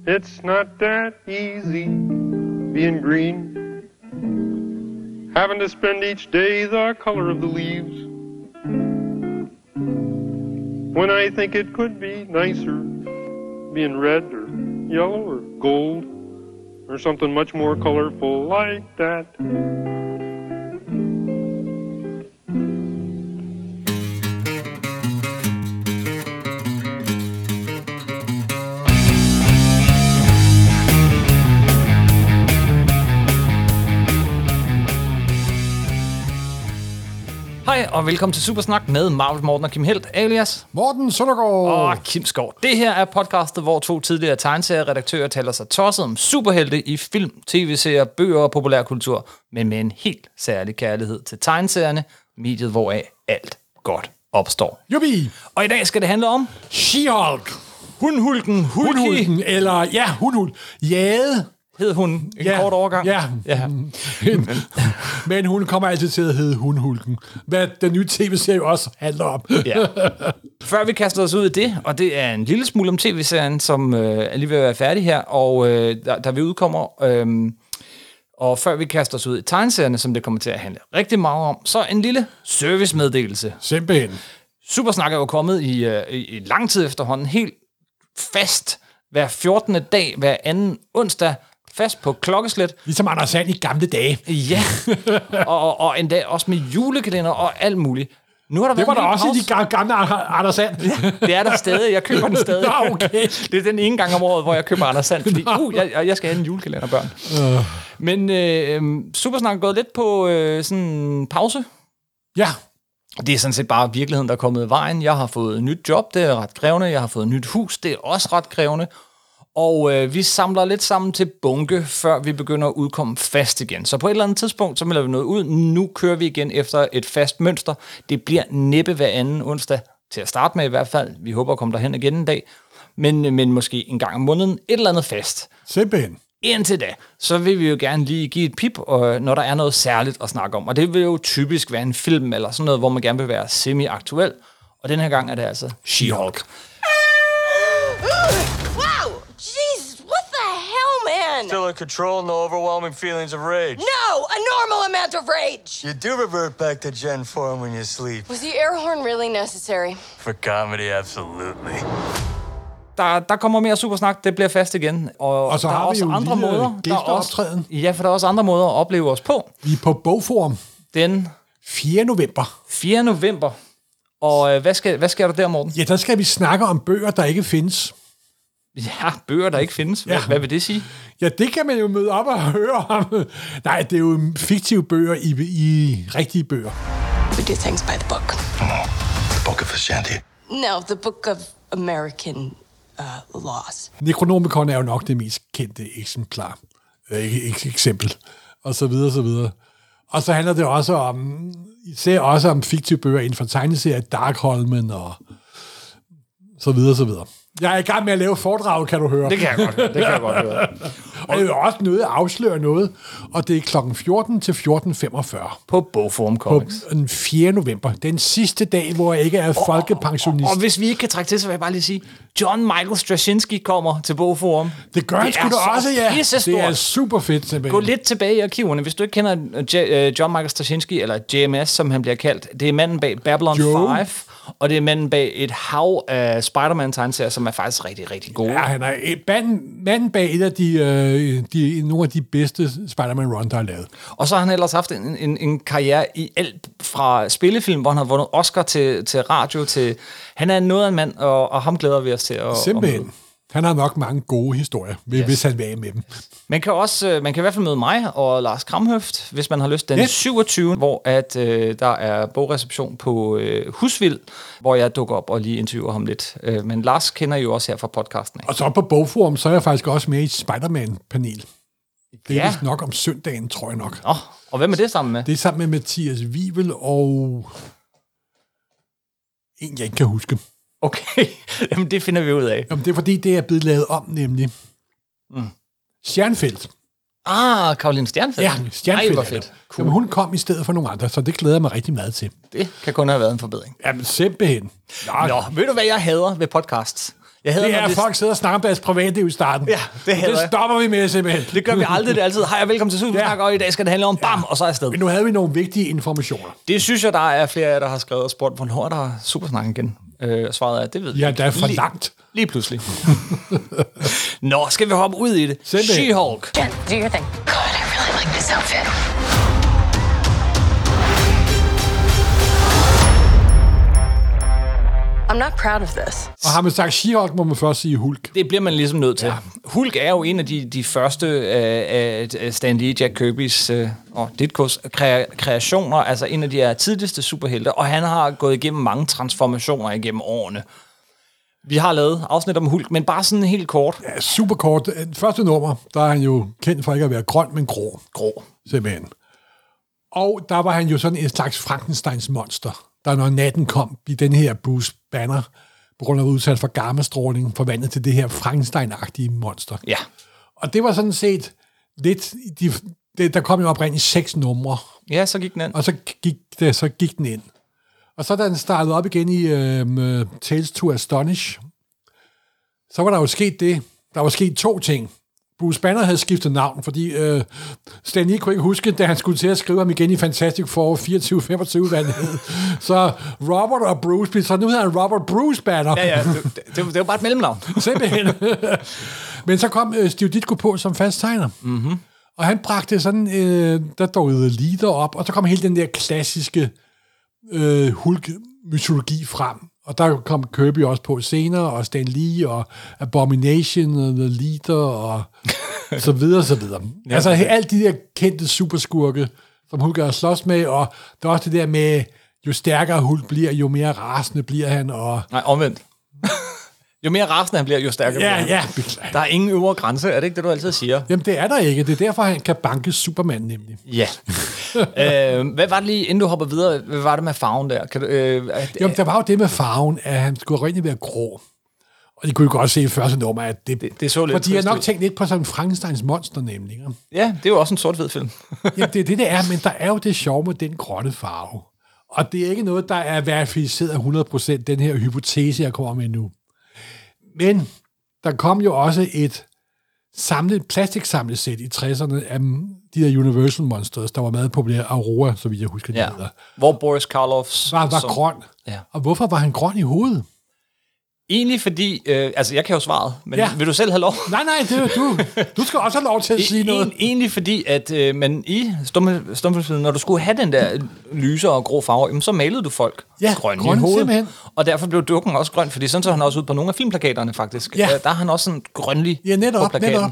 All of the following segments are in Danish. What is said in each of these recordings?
It's not that easy being green, having to spend each day the color of the leaves, when I think it could be nicer being red or yellow or gold or something much more colorful like that. Hej og velkommen til Supersnak med Marvel Morten og Kim Helt, alias Morten Søndergaard og Kim Skov. Det her er podcastet, hvor to tidligere tegneserieredaktører taler sig tosset om superhelte i film, tv-serier, bøger og populærkultur, men med en helt særlig kærlighed til tegneserierne, mediet hvoraf alt godt opstår. Jubi! Og i dag skal det handle om She-Hulk. Hundhulken, Hundhulken, eller Hundhulk. Jade. hed hun en kort overgang. Ja. Men hun kommer altid til at hedde Hundhulken. Hvad den nye tv-serie også handler om. Ja. Før vi kaster os ud i det, og det er en lille smule om tv-serien, som er lige ved at være færdig her, og der vi udkommer, og før vi kaster os ud i tegneserierne, som det kommer til at handle rigtig meget om, så en lille servicemeddelelse. Simpelthen. Supersnak er jo kommet i lang tid efterhånden, helt fast hver 14. dag, hver anden onsdag, fast på klokkeslæt. Ligesom Anders Sand i gamle dage. Ja, og endda også med julekalender og alt muligt. Nu har der det var der også pause. i de gamle Anders Sand. Ja, det er der stadig. Jeg køber den stadig. Nå, okay. Det er den ene gang om året, hvor jeg køber Anders Sand, fordi jeg skal have en julekalender, børn. Men Supersnak er gået lidt på sådan pause. Ja. Det er sådan set bare virkeligheden, der er kommet i vejen. Jeg har fået et nyt job, det er ret krævende. Jeg har fået et nyt hus, det er også ret krævende. Og vi samler lidt sammen til bunke, før vi begynder at udkomme fast igen. Så på et eller andet tidspunkt, så melder vi noget ud. Nu kører vi igen efter et fast mønster. Det bliver næppe hver anden onsdag, til at starte med i hvert fald. Vi håber at komme derhen igen en dag. Men måske en gang om måneden, et eller andet fast. Simpelthen. Indtil da, så vil vi jo gerne lige give et pip, når der er noget særligt at snakke om. Og det vil jo typisk være en film eller sådan noget, hvor man gerne vil være semi-aktuel. Og den her gang er det altså She-Hulk. Wow! Jesus, what the hell, man? Still in control, no overwhelming feelings of rage. No! A normal amount of rage! You do revert back to Gen form when you sleep. Was the air horn really necessary? For comedy, absolutely. Der kommer mere Supersnak, det bliver fast igen. Og så der har er vi også jo andre måder. gæsteoptræden. Ja, for der er også andre måder at opleve os på. Vi er på Bogforum. Den 4. november. 4. november. Og hvad sker der der, Morten? Ja, der skal vi snakke om bøger, der ikke findes. Ja, bøger, der ikke findes. Hvad vil det sige? Ja, det kan man jo møde op og høre om. Nej, det er jo fiktive bøger i rigtige bøger. We do things by the book. The Book of Ashanti. No, the book of American laws. Necronomicon er jo nok det mest kendte eksemplar. Eksempel. Og så videre, så videre. Og så handler det også om, især også om fiktive bøger inden for tegneserier, Darkholmen og så videre, så videre. Jeg er i gang med at lave foredrag, kan du høre. Det kan jeg godt høre. Og det er også noget at afsløre noget, og det er klokken 14 til 14.45. På Bogforum Comics. På den 4. november. Den sidste dag, hvor jeg ikke er folkepensionist. Og hvis vi ikke kan trække til, så vil jeg bare lige sige, John Michael Straczynski kommer til Bogforum. Det gør han sgu da også, ja. Pissestort. Det er super fedt, simpelthen. Gå lidt tilbage i arkiverne. Hvis du ikke kender John Michael Straczynski, eller JMS, som han bliver kaldt, det er manden bag Babylon 5, og det er manden bag et hav af Spider-Man-tegneserier, som er faktisk rigtig, rigtig gode. Ja, han er manden bag et af nogle af de bedste Spider-Man-run, der er lavet. Og så har han ellers haft en karriere i alt fra spillefilm, hvor han har vundet Oscar til radio, til... Han er noget af en mand, og ham glæder vi os til at... Simpelthen. Han har nok mange gode historier, hvis han vil af med dem. Man kan i hvert fald møde mig og Lars Kramhøft, hvis man har lyst, den 27. hvor at, der er bogreception på Husvild, hvor jeg dukker op og lige interviewer ham lidt. Men Lars kender jo også her fra podcasten. Og så på Bogforum, så er jeg faktisk også med i et Spider-Man-panel. Det er vist nok om søndagen, tror jeg nok. Og hvem er det sammen med? Det er sammen med Mathias Wivel og en, jeg ikke kan huske. Okay, jamen det finder vi ud af. Jamen det er fordi, det er blevet lavet om, nemlig. Stjernfeldt. Caroline Stjernfeldt. Ja, Stjernfeldt. Ej, hvor fedt. Cool. Jamen, hun kom i stedet for nogle andre, så det glæder jeg mig rigtig meget til. Det kan kun have været en forbedring. Jamen simpelthen. Nå, ved du hvad jeg hader ved podcasts? Jeg hader, Det er, når at folk sidder og snakker om deres privatliv i starten. Ja, det hader det jeg. stopper vi med simpelthen. Det gør vi aldrig. Det er altid, hej og velkommen til Supersnak, og i dag skal det handle om bam, og så er jeg afsted. Men nu havde vi nogle vigtige informationer. Det synes jeg, der er flere af jer, der har skrevet og spurgt, hvornår er der Supersnak igen? Svaret er, det ved Ja, der er for langt. Lige pludselig. Nå, skal vi hoppe ud i det? Simpelthen. She-Hulk. Jen, do your thing. God, I really like this outfit. I'm not proud of this. Og har man sagt She-Hulk, må man først sige Hulk. Det bliver man ligesom nødt til. Ja. Hulk er jo en af de første af Stan Lee, Jack Kirby's kreationer, altså en af de her tidligste superhelte, og han har gået igennem mange transformationer igennem årene. Vi har lavet afsnit om Hulk, men bare sådan helt kort. Ja, super kort. Første nummer, der er han jo kendt for ikke at være grøn, men grå. Grå. Simpelthen. Og der var han jo sådan en slags Frankensteins monster, der når natten kom, i den her Bruce Banner, på grund af at udsat for gammastråling, forvandlet til det her Frankenstein-agtige monster. Ja. Og det var sådan set lidt... Der kom jo oprindeligt 6 numre, Ja, så gik den ind. og så gik den ind. Og så da den startede op igen i Tales to Astonish, så var der jo sket det. Der var sket 2 ting. Bruce Banner havde skiftet navn, fordi Stan Lee kunne ikke huske, da han skulle til at skrive ham igen i Fantastic Four 24-25, hvad det hed. Så Robert og Bruce, så nu hedder han Robert Bruce Banner. Ja, det var bare et mellemnavn. Simpelthen. Men så kom Steve Ditko på som fast tegner. Mm-hmm. Og han bragte sådan, der dukkede leader op, og så kom hele den der klassiske Hulk-mytologi frem. Og der kom Kirby også på senere, og Stan Lee, og Abomination, og The Leader, og så videre, så videre. Ja. Altså alt de der kendte superskurke, som Hulk har slås med, og der er også det der med, jo stærkere Hulk bliver, jo mere rasende bliver han, og... Nej, omvendt. Jo mere rasende han bliver, jo stærkere bliver han. Ja, Der er ingen øvre grænse, er det ikke det, du altid siger? Jamen, det er der ikke. Det er derfor, han kan banke Superman, nemlig. Ja. Hvad var det lige, inden du hopper videre, hvad var det med farven der? Kan du, Jamen, der var jo det med farven, at han skulle rigtig være grå. Og det kunne jo godt se i første nummer, at det så lidt fordi jeg trist nok ud. tænkt lidt på sådan Frankensteins monster, nemlig. Ikke? Ja, det er jo også en sort-hvid film. Jamen, det er det er, men der er jo det sjove med den grønne farve. Og det er ikke noget, der er verificeret af 100%, den her hypotese, jeg kommer med nu. Men der kom jo også et plastiksamlesæt i 60'erne af de der Universal Monsters, der var meget populære. Aurora, så vidt jeg husker, de hedder. Hvor Boris Karloffs... Var grøn. Ja. Og hvorfor var han grøn i hovedet? Egentlig fordi... altså, jeg kan jo svaret, men vil du selv have lov? Nej, det er du skal også have lov til at sige noget. Egentlig fordi, at man i stumfilmsfilmen, når du skulle have den der lyse og grå farve, jamen, så malede du folk grøn i hovedet. Simpelthen. Og derfor blev dukken også grøn, fordi sådan så han også ud på nogle af filmplakaterne, faktisk. Ja. Der er han også sådan grønlig Ja, på netop. plakaten.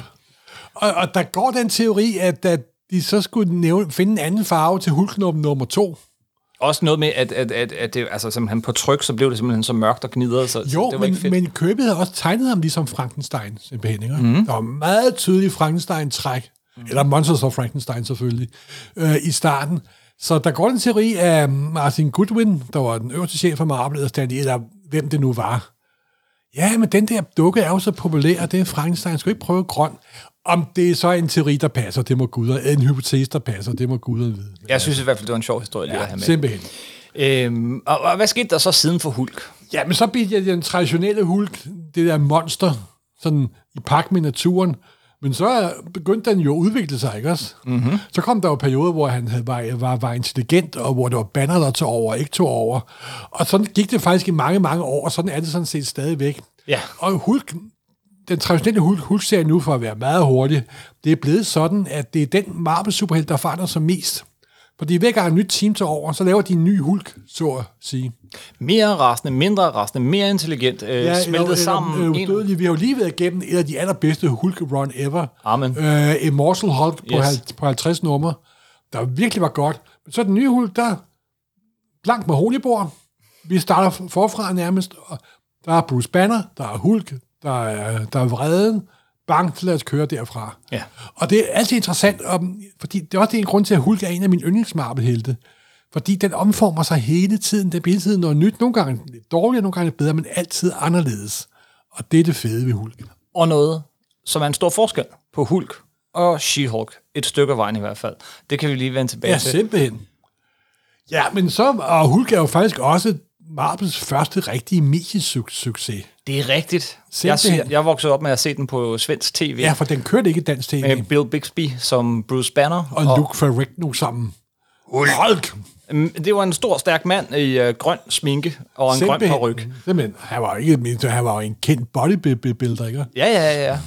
Og der går den teori, at de så skulle finde en anden farve til Hulk nummer 2. Også noget med, at det, altså, simpelthen på tryk, så blev det simpelthen så mørkt og gnidret, så Jo, det var ikke fedt. men Kirby havde også tegnet ham ligesom Frankenstein, simpelthen. Ikke? Der var meget tydelig Frankenstein-træk, eller Monsters of Frankenstein selvfølgelig, i starten. Så der går den teori af Martin Goodwin, der var den øverste chef for Marvel, eller hvem det nu var. Ja, men den der dukke er jo så populær, og det er Frankenstein. Skal vi ikke prøve grøn? Om det er så en teori, der passer, det må guder. En hypotese, der passer, det må guder vide. Jeg synes i hvert fald, det var en sjov historie, lige at have med. Simpelthen. Og hvad skete der så siden for Hulk? Ja, men så blev den traditionelle Hulk, det der monster, sådan i pagt med naturen. Men så begyndte den jo at udvikle sig, ikke også? Mm-hmm. Så kom der jo perioder, hvor han var intelligent, og hvor det var Banner, der tog over og ikke tog over. Og sådan gik det faktisk i mange, mange år, og sådan er det sådan set stadigvæk. Ja. Og Hulk, den traditionelle Hulk-serie nu, for at være meget hurtig, det er blevet sådan, at det er den Marvel-superhelt, der forandrer sig mest. Fordi hver gang et nyt team tager over, så laver de en ny Hulk, så at sige. Mere rasende, mindre rasende, mere intelligent, smeltet sammen. Vi har jo lige været igennem et af de allerbedste Hulk-run ever. Amen. Immortal Hulk på 50 numre, der virkelig var godt. Men så den nye Hulk, der blank med honibord. Vi starter forfra nærmest. Der er Bruce Banner, der er Hulk, der er vreden. Bang, lad os køre derfra. Ja. Og det er altid interessant, fordi det er også en grund til, at Hulk er en af mine yndlingsmarvelhelte. Fordi den omformer sig hele tiden. Den bliver hele tiden noget nyt. Nogle gange lidt dårligere, nogle gange lidt bedre, men altid anderledes. Og det er det fede ved Hulk. Og noget, som er en stor forskel på Hulk og She-Hulk. Et stykke af vejen i hvert fald. Det kan vi lige vende tilbage til. Ja, simpelthen. Ja, men så, og Hulk er jo faktisk også Marvels første rigtige mediesucces. Det er rigtigt. Simpelthen. Jeg voksede op med at se den på svensk tv. Ja, for den kørte ikke i dansk tv. Med Bill Bixby som Bruce Banner. Og Luke Ferrigno sammen. Hulk! Det var en stor, stærk mand i grøn sminke og en grøn paryk. Simpelthen. Han var jo en kendt bodybuilder, ikke? Ja.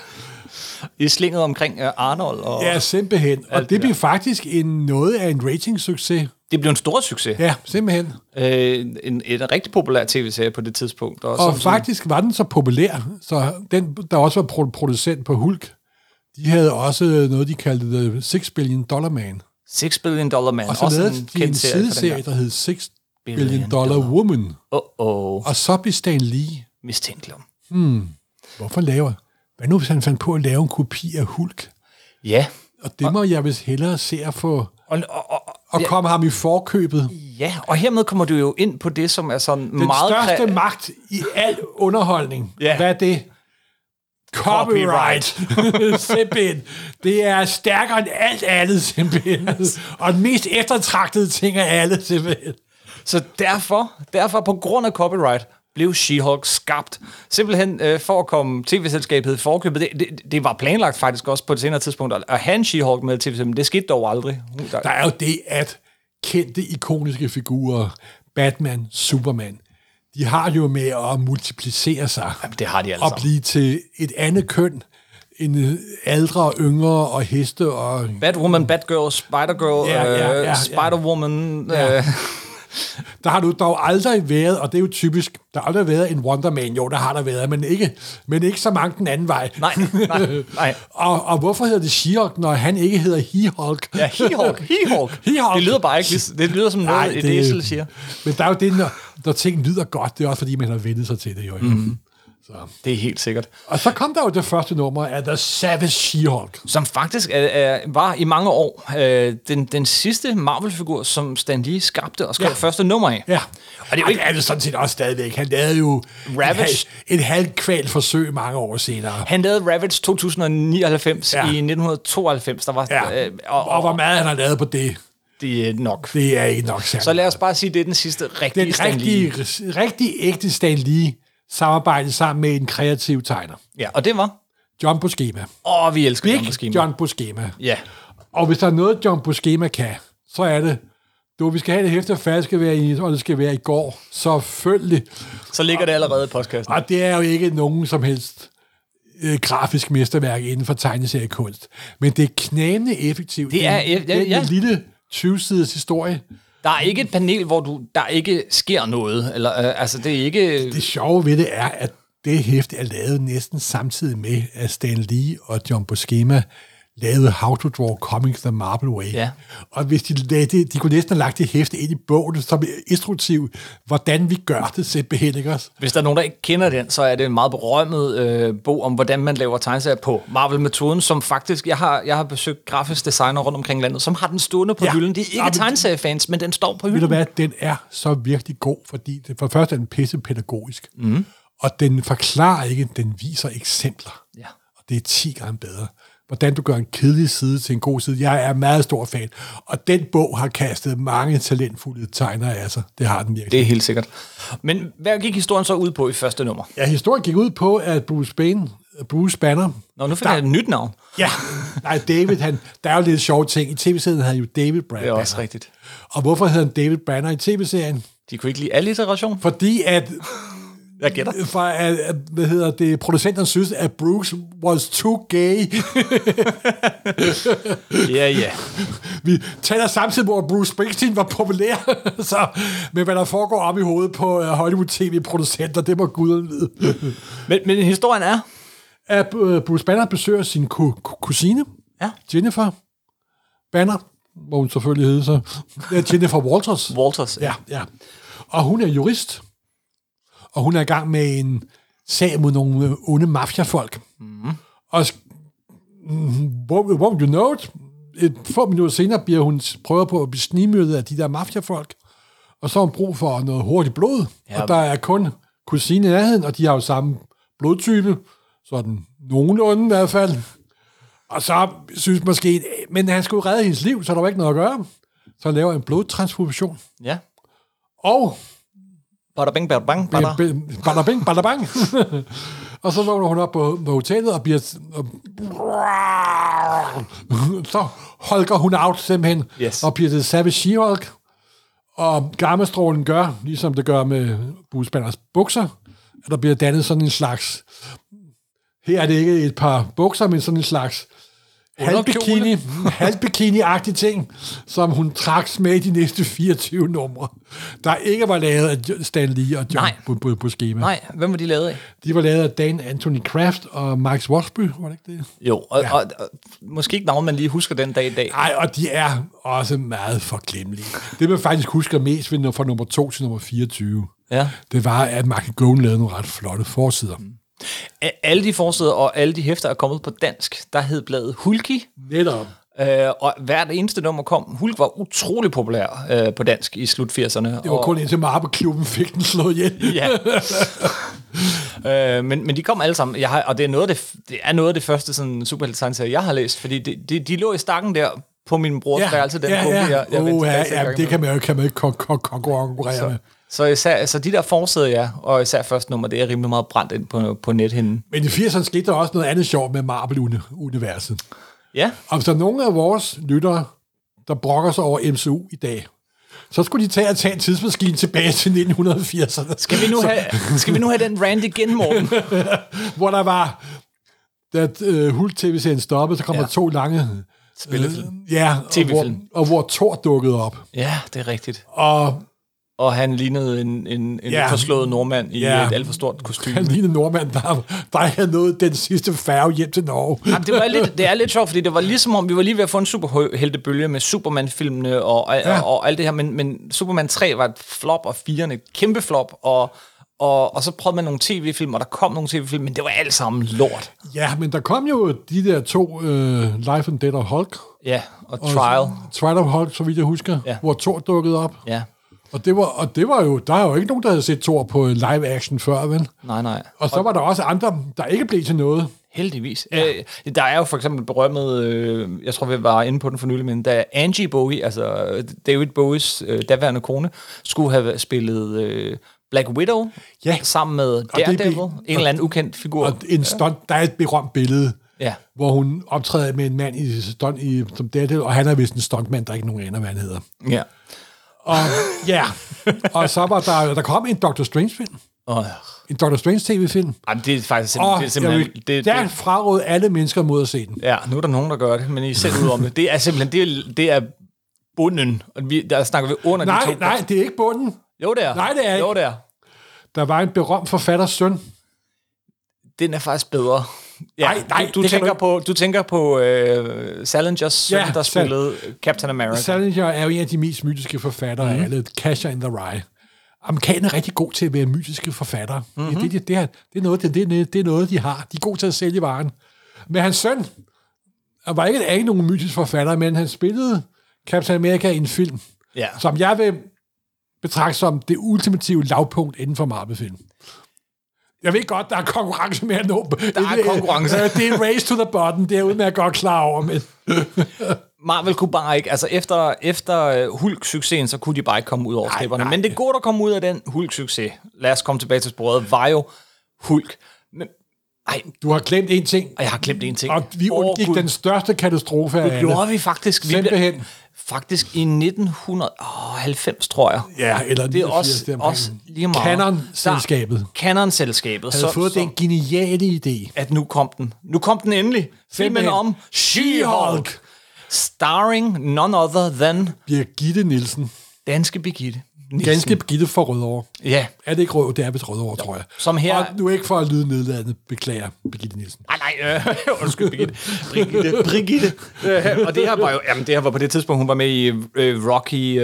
I slinget omkring Arnold. Og ja, simpelthen. Og det blev faktisk noget af en rating-succes. Det blev en stor succes. Ja, simpelthen. En rigtig populær tv-serie på det tidspunkt. Og faktisk var den så populær, så den, der også var producent på Hulk, de havde også noget, de kaldte The $6 Billion Man. $6 Billion Man. Og så lavede de en sideserie, der hed $6 Billion Woman. Og så blev Stan Lee mistænkelig. Hvorfor laver? Hvad nu, hvis han fandt på at lave en kopi af Hulk? Ja. Og det må jeg vist hellere se at få... Og komme ham i forkøbet. Ja, og hermed kommer du jo ind på det, som er sådan den meget... Den største magt i al underholdning. Ja. Hvad er det? Copyright. Simpelthen. Det er stærkere end alt andet, simpelthen. Og den mest eftertragtede ting af alle, simpelthen. Så derfor på grund af copyright, blev She-Hulk skabt. Simpelthen for at komme tv-selskabet i forkøbet. Det var planlagt faktisk også på et senere tidspunkt at have en She-Hulk med tv-selskabet, men det skete dog aldrig. Der er jo det, at kendte ikoniske figurer, Batman, Superman, de har jo med at multiplicere sig. Jamen, det har de altså. Og blive til et andet køn, en ældre, yngre og heste og... Batwoman, Batgirl, Spider-Girl, Spider-Woman... Ja. Der har du dog aldrig været, og det er jo typisk, der har aldrig været en Wonder Man. Jo, der har der været, men ikke så mange den anden vej. Nej. og hvorfor hedder det She-Hulk, når han ikke hedder He-Hulk? Ja, He-Hulk. Det lyder bare ikke, det lyder som noget, et æsel siger. Men der er jo det, når ting lyder godt, det er også fordi, man har vendt sig til det. Jo. Så. Det er helt sikkert. Og så kom der jo det første nummer af The Savage She-Hulk. Som faktisk var i mange år den sidste Marvel-figur, som Stan Lee skabte og skrev første nummer af. Ja, og det er jo ikke... det er det sådan set også stadigvæk. Han lavede jo et halvkvalt forsøg mange år senere. Han lavede Ravage 2099 i 1992. Der var, og hvor meget han har lavet på det. Det er nok. Det er ikke nok særligt. Så lad os bare sige, det er den sidste rigtige Stan Lee. Den rigtig ægte Stan Lee samarbejde sammen med en kreativ tegner. Ja, og det var? John Buscema. Vi elsker John Buscema. John Buscema. Ja. Og hvis der er noget, John Buscema kan, så er det, vi skal have det hæfte færdigt, og det skal være i går. Selvfølgelig. Så ligger det allerede i postkassen. Og det er jo ikke nogen som helst grafisk mesterværk inden for tegneseriekunst. Men det er knæmende effektivt. Det er en lille 20-siders historie. Der er ikke et panel, hvor der ikke sker noget. Eller, det er ikke... Det sjove ved det er, at det hæfte er lavet næsten samtidig med, at Stan Lee og John Buscema lavede How to Draw Comics the Marvel Way. Ja. Og hvis de kunne næsten have lagt det hæfte ind i bogen, som instruktiv, hvordan vi gør det simpelthen, ikke også? Hvis der er nogen, der ikke kender den, så er det en meget berømmet bog om, hvordan man laver tegneserier på Marvel-metoden, som faktisk, jeg har besøgt grafisk designer rundt omkring landet, som har den stående på hylden. Det er ikke tegneseriefans, men den står på hylden. Ved du hvad, den er så virkelig god, fordi for det første er den pisse pædagogisk, og den forklarer ikke, den viser eksempler. Ja. Og det er 10 gange bedre. Hvordan du gør en kedelig side til en god side. Jeg er meget stor fan. Og den bog har kastet mange talentfulde tegnere af sig. Det har den virkelig. Det er helt sikkert. Men hvad gik historien så ud på i første nummer? Ja, historien gik ud på, at Bruce Banner... Nå, nu finder jeg et nyt navn. Ja, nej, David, der er jo lidt sjove ting. I tv-serien havde han jo David Banner. Det er også rigtigt. Og hvorfor hedder han David Banner i tv-serien? De kunne ikke lide alliteration. Fordi at... Jeg gætter. Producenterne synes, at Bruce was too gay. Ja. Vi taler samtidig, hvor Bruce Springsteen var populær. Men hvad der foregår op i hovedet på Hollywood TV-producenter, det må guderne vide. Men historien er? At Bruce Banner besøger sin kusine, Jennifer Banner, hvor hun selvfølgelig hedder så. Jennifer Walters. Walters. Ja. Og hun er jurist. Og hun er i gang med en sag mod nogle onde mafiafolk. Og won't you know it? Et få minutter senere prøver på at blive snigmyrdet af de der mafiafolk. Og så har hun brug for noget hurtigt blod. Ja. Og der er kun kusine i nærheden, og de har jo samme blodtype. Sådan nogenlunde i hvert fald. Og så synes måske, men han skulle redde hendes liv, så der var ikke noget at gøre. Så han laver en blodtransfusion. Ja. Og Bada bing, bada bang, bada. Bada bing, bada bang. Og så vågner hun op på hotellet og bliver... Så holker hun out simpelthen, og bliver til Savage She-Hulk. Og gammastrålen gør, ligesom det gør med Bruce Banners bukser, at der bliver dannet sådan en slags... Her er det ikke et par bukser, men sådan en slags halvbikini-agtig ting, som hun traks med i de næste 24 numre, der ikke var lavet af Stan Lee og John på skema. Nej, hvem var de lavet af? De var lavet af Dan Anthony Kraft og Mike Swasby, var det ikke det? Jo, og måske ikke navn, man lige husker den dag i dag. Nej, og de er også meget forglemmelige. Det, man faktisk husker mest fra nummer 2 til nummer 24, det var, at Mark Gowan lavede nogle ret flotte forsider. Alle de forsider og alle de hæfter er kommet på dansk. Der hed bladet Hulky. Netop. Og hvert eneste nummer kom. Hulk var utrolig populær på dansk i slut 80'erne. Det var kun indtil Marble-klubben fik den slået ihjel. Ja. Men de kom alle sammen. Og det er noget af det første sådan superheltetegneserier, jeg har læst, fordi de lå i stakken der på min brors værelse. Den det kan man jo ikke konkurrere med. Så de der forsæder, og især første nummer, det er rimelig meget brændt ind på nethinden. Men i 80'erne skete der også noget andet sjovt med Marvel-universet. Ja. Og hvis der er nogle af vores lyttere, der brokker sig over MCU i dag, så skulle de tage en tidsmaskine tilbage til 1980'erne. Skal vi nu have den rant igen, Morten? Hvor der var, da Hulk-tv-serien stoppede, så kom der 2 lange spillefilm. TV-film. Og hvor Thor dukkede op. Ja, det er rigtigt. Og han lignede en forslået nordmand i et alt for stort kostume. Han lignede nordmand, der havde nået den sidste færge hjem til Norge. Jamen, det er lidt sjovt, fordi det var ligesom om, vi var lige ved at få en superheltebølge med Superman-filmene og alt det her, men Superman 3 var et flop, og 4'erne et kæmpe flop, og så prøvede man nogle tv-film, og der kom nogle tv-film, men det var alt sammen lort. Ja, men der kom jo de der 2, Life and Death of Hulk. Ja, og Trial. Trial of Hulk, så vidt jeg husker, hvor Thor dukkede op. Ja. Og det var jo, der er jo ikke nogen, der havde set Thor på live action før, vel? Nej. Og så var der også andre, der ikke blev til noget. Heldigvis. Ja. Der er jo for eksempel berømmet, jeg tror vi var inde på den for nylig, men da Angie Bowie, altså David Bowies daværende kone, skulle have spillet Black Widow sammen med Daredevil, en eller anden ukendt figur. Og der er et berømt billede, hvor hun optræder med en mand som Daredevil, og han er vist en stuntmand, der ikke nogen aner, hvad han hedder. Ja. Og så var der kom en Doctor Strange-film. En Doctor Strange TV-film. Jamen, det er faktisk simpelthen... Der fraråd alle mennesker mod at se den. Ja, nu er der nogen, der gør det, men I selv ud om det. Det er simpelthen... Det er bunden. Der snakker vi under de 2. Nej, det er ikke bunden. Jo, det er. Nej, det er ikke. Jo, det er. Der var en berømt forfatters søn. Den er faktisk bedre. Ja, nej, du tænker på Salingers søn, der spillede Captain America. Salinger er jo en af de mest mytiske forfattere af alle. Casher in the Rye. Amerikanerne er rigtig gode til at være mytiske forfattere. Mm-hmm. Det er noget, de har. De er gode til at sælge varen. Men hans søn var ikke nogen mytisk forfatter, men han spillede Captain America i en film, som jeg vil betragte som det ultimative lavpunkt inden for Marvel-film. Jeg ved godt, der er konkurrence med at nå. Der er konkurrence. Det er en race to the bottom, det er uden at jeg godt klar over, men... Marvel kunne bare ikke, altså efter Hulk-succesen, så kunne de bare ikke komme ud over stepperne. Men det gode, der kom ud af den Hulk-succes, lad os komme tilbage til sporet, var jo Hulk. Men, du har glemt en ting. Og jeg har glemt en ting. Og vi undgik den største katastrofe af alle. Det gjorde vi faktisk. Simpelthen. Faktisk i 1990, tror jeg. Ja, eller det er også lige meget. Canon-selskabet havde fået den geniale idé. At nu kom den. Nu kom den endelig. Filmen om She-Hulk. Starring none other than... Birgitte Nielsen. Danske Birgitte Nielsen. Ganske Birgitte fra Rødovre. Ja. Er det ikke Rødovre? Det er vist Rødovre, tror jeg. Som her... Og nu ikke for at lyde nedladende, beklager Birgitte Nielsen. Nej, undskyld Birgitte. Og det her var jo... Jamen, det her var på det tidspunkt, hun var med i Rocky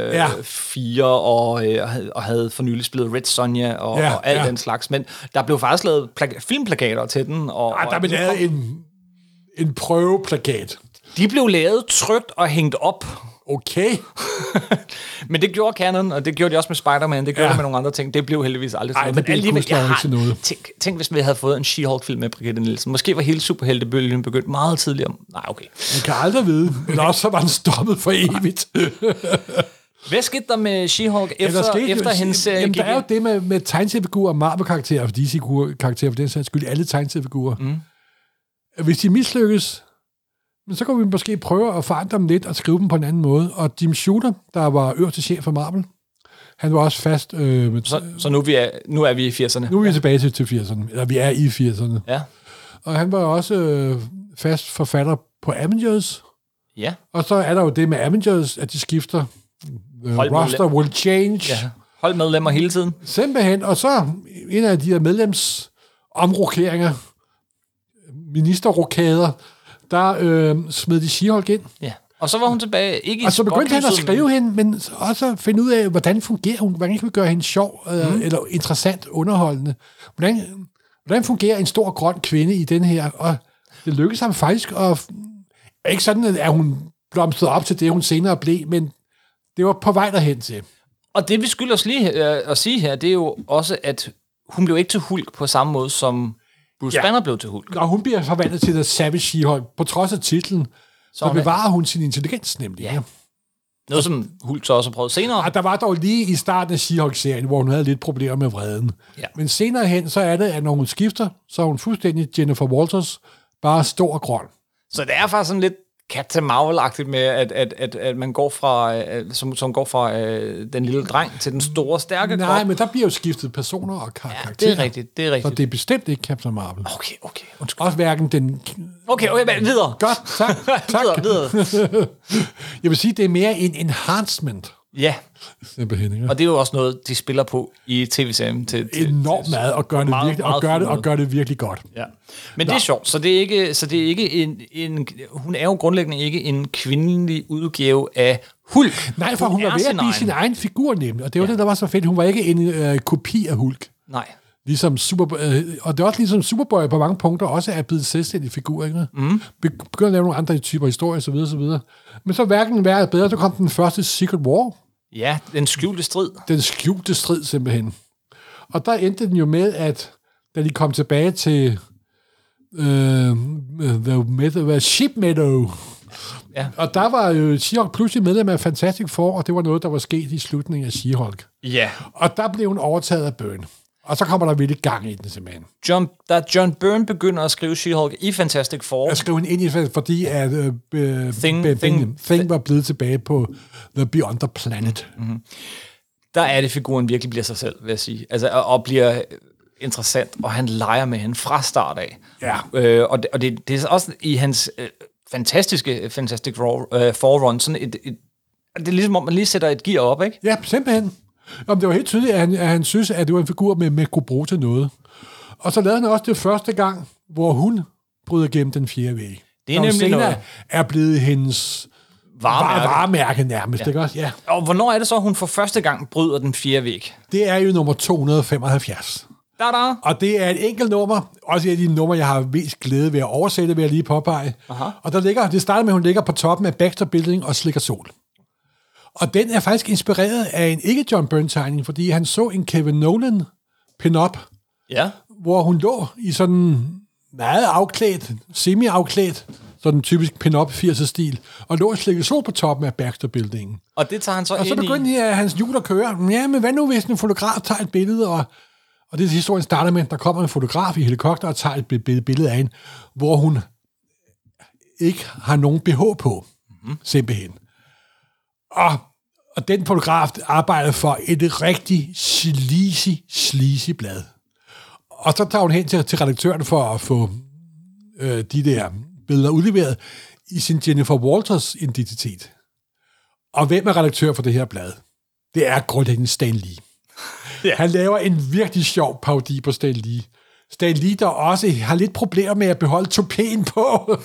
4, og havde for nylig spillet Red Sonja og alt den slags. Men der blev faktisk lavet filmplakater til den. Der blev lavet en prøveplakat. De blev lavet, trykt og hængt op. Okay. Men det gjorde Canon, og det gjorde de også med Spider-Man, det gjorde de med nogle andre ting. Det blev heldigvis aldrig sådan noget. Tænk, hvis vi havde fået en She-Hulk-film med Birgitte Nielsen. Måske var hele superheltebølgen begyndt meget tidligere. Nej, okay. Man kan aldrig vide. Men også så var den stoppet for evigt. Hvad skete der med She-Hulk efter hendes serie jamen, gik der er jo ind? det med tegneseriefigurer og Marvel-karakterer, og DC-karakterer for den sags skyld, alle tegneseriefigurer. Hvis de mislykkes, men så kan vi måske prøve at forandre dem lidt og skrive dem på en anden måde. Og Jim Shooter, der var øverste chef for Marvel, han var også fast... Så nu er vi i 80'erne? Nu er vi tilbage til 80'erne, eller vi er i 80'erne. Ja. Og han var også fast forfatter på Avengers. Ja. Og så er der jo det med Avengers, at de skifter. Roster will change. Ja. Holdmedlemmer hele tiden. Simpelthen. Og så en af de her medlemsomrokeringer, ministerrokader, der smed de She-Hulk ind. Ja. Og så var hun tilbage, ikke i og så begyndte han at spotlyset, skrive hende, men også finde ud af, hvordan fungerer hun, hvordan kan vi gøre hende sjov, eller interessant, underholdende. Hvordan fungerer en stor grøn kvinde i den her, og det lykkedes ham faktisk, og ikke sådan, at hun blomstrede op til det, hun senere blev, men det var på vej derhen til. Og det vi skylder os lige at sige her, det er jo også, at hun blev ikke til Hulk på samme måde, som Bruce Banner blev til Hulk. Og hun bliver forvandlet til The Savage She-Hulk, på trods af titlen, så bevarer hun sin intelligens nemlig. Ja. Noget, som Hulk så også har prøvet senere. Og der var dog lige i starten af She-Hulk-serien, hvor hun havde lidt problemer med vreden. Ja. Men senere hen, så er det, at når hun skifter, så er hun fuldstændig Jennifer Walters, bare stor og grøn. Så det er faktisk sådan lidt Captain Marvel-agtigt med, at man går fra, som går fra den lille dreng til den store, stærke krop. Nej, men der bliver jo skiftet personer og karakterer. Ja, det er rigtigt. Så det er bestemt ikke Captain Marvel. Okay. Også hverken den... Okay, men videre. Godt, tak. videre. Jeg vil sige, det er mere en enhancement. Ja, simpelthen, ikke? Og det er jo også noget, de spiller på i tv-serien. Enormt meget, og gør det meget, virkelig, meget og gør det virkelig godt. Ja. Men det er sjovt, så det er ikke en hun er jo grundlæggende ikke en kvindelig udgave af Hulk. Nej, for hun var ved at blive sin egen figur nemlig, og det var det, der var så fedt. Hun var ikke en kopi af Hulk. Nej. Ligesom og det er også ligesom Superboy på mange punkter også er blevet selvstændig figur, ikke? Begynder at lave nogle andre typer historier, så videre, så videre. Men så hverken værre bedre, så kom den første Secret War. Ja, den skjulte strid. Den skjulte strid, simpelthen. Og der endte den jo med, at da de kom tilbage til Ship Meadow, ja. Og der var jo She-Hulk pludselig medlem af Fantastic Four, og det var noget, der var sket i slutningen af She-Hulk. Ja. Og der blev hun overtaget af Byrne. Og så kommer der virkelig gang i den, simpelthen. Da John Byrne begynder at skrive She-Hulk i Fantastic Four... Jeg skrev hende ind i, fordi at Thing var blevet tilbage på The Beyond the Planet. Mm-hmm. Der er det, figuren virkelig bliver sig selv, vil jeg sige. Altså, og bliver interessant, og han leger med hende fra start af. Ja. Og det er også i hans fantastiske Fantastic Four-run, sådan det er ligesom, om man lige sætter et gear op, ikke? Ja, simpelthen. Jamen, det var helt tydeligt, at han synes, at det var en figur med kunne bruge til noget. Og så lavede han også det første gang, hvor hun bryder gennem den fjerde væg. Det er nemlig noget. Er blevet hendes varemærke nærmest, ja. Ikke også? Ja. Og hvornår er det så, hun for første gang bryder den fjerde væg? Det er jo nummer 275. Da. Og det er et enkelt nummer, også et af de numre, jeg har mest glæde ved at oversætte, vil jeg lige påpege. Aha. Og det starter med, at hun ligger på toppen af Baxter Building og slikker sol. Og den er faktisk inspireret af en ikke-John Byrne-tegning, fordi han så en Kevin Nolan pin-up, ja. Hvor hun lå i sådan meget afklædt, semi-afklædt, sådan typisk pin-up 80'er-stil, og lå og slikkede sol på toppen af Baxter Building. Og det tager han så ind i... Og så begyndte hans hjul at køre. Ja, men hvad nu, hvis en fotograf tager et billede, og det er historien starter med, der kommer en fotograf i helikopter og tager et billede af hende, hvor hun ikke har nogen BH på, simpelthen. Og den fotograf arbejder for et rigtig sleazy blad. Og så tager hun hen til redaktøren for at få de der billeder udleveret i sin Jennifer Walters identitet. Og hvem er redaktør for det her blad? Det er grundlæggende Stan Lee. Ja. Han laver en virkelig sjov parodi på Stan Lee. Stan Lee, der også har lidt problemer med at beholde tupéen på.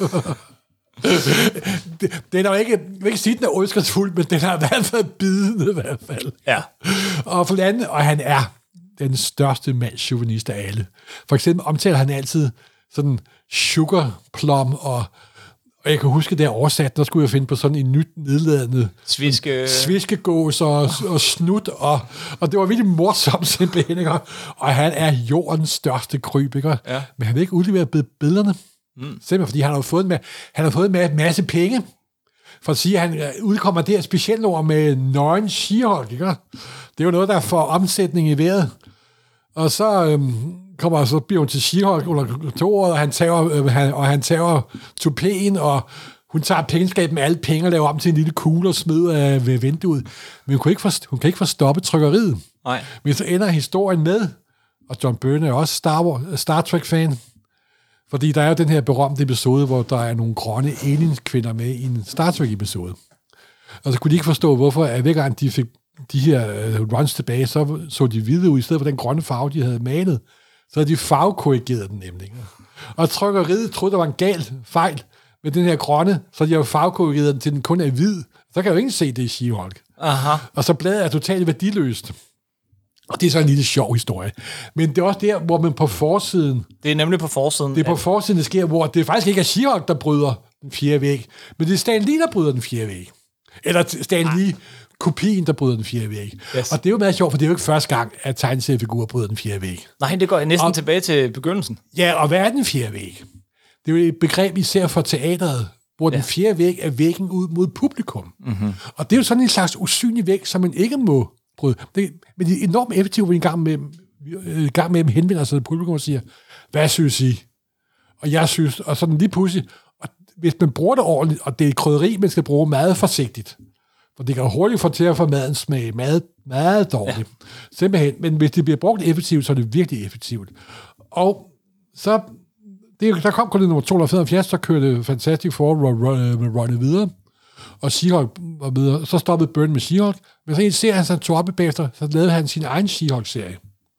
Den er jo ikke, jeg vil ikke sige, den er ondskabsfuld, men den har i hvert fald bidende i hvert fald. Ja. Og han er den største mandschauvinist af alle. For eksempel omtaler han altid sådan sugar plum, og jeg kan huske, da jeg oversat, der skulle jeg finde på sådan en nyt nedladende sviskegås og snut, og det var virkelig morsomt simpelthen, ikke? Og han er jordens største kryb, ikke? Ja. Men han vil ikke udlevere billederne. Simpelthen, fordi han har fået en masse penge. For at sige, at han udkommer der specielt ord med nøgen She-Hulk, ikke? Det er jo noget, der får omsætning i vejret. Og så bliver hun til She-Hulk under 2 år, og han tager tupéen, og hun tager pengeskab med alle penge og laver om til en lille kugle og smider ved vinduet. Men hun kan ikke få stoppet trykkeriet. Nej. Men så ender historien med, og John Byrne er også Star Trek-fan, fordi der er jo den her berømte episode, hvor der er nogle grønne alien-kvinder med i en Star Trek-episode. Og så kunne de ikke forstå, hvorfor at hver gang de fik de her runs tilbage, så de hvide ud, i stedet for den grønne farve, de havde malet. Så havde de farvekorrigeret den nemlig. Og trykkeriet troede, der var en fejl med den her grønne, så de har jo farvekorrigeret den til den kun er hvid. Så kan jo ingen se det i She-Hulk. Aha. Og så bladet er totalt værdiløst. Og det er så en lille sjov historie. Men det er også der, hvor man på forsiden... Det er nemlig på forsiden. Det er på forsiden, det sker, hvor det faktisk ikke er She-Hulk, der bryder den 4. væg, men det er Stan Lee, der bryder den 4. væg. Eller Stan Lee, kopien, der bryder den 4. væg. Yes. Og det er jo meget sjovt, for det er jo ikke første gang, at tegneseriefigurer bryder den 4. væg. Nej, det går næsten tilbage til begyndelsen. Ja, og hvad er den 4. væg? Det er jo et begreb, især for teateret, hvor den 4. væg er væggen ud mod publikum. Mm-hmm. Og det er jo sådan en slags usynlig væg, som man ikke må bryde. Men det er enormt effektivt, hvor en gang med henvender sig til publikum og siger, hvad synes I? Og jeg synes, og sådan lige pludselig, og hvis man bruger det ordentligt, og det er krydderi, man skal bruge meget forsigtigt, for det kan hurtigt få til at få maden smag meget dårligt. Ja. Simpelthen. Men hvis det bliver brugt effektivt, så er det virkelig effektivt. Og så, der kom kun det nummer 275, så kørte Fantastic Four med Ronny videre, og She-Hulk var videre. Så stoppede Byrne med She-Hulk, men så en serie, han tog op i bagefter, så lavede han sin egen She-Hulk-serie.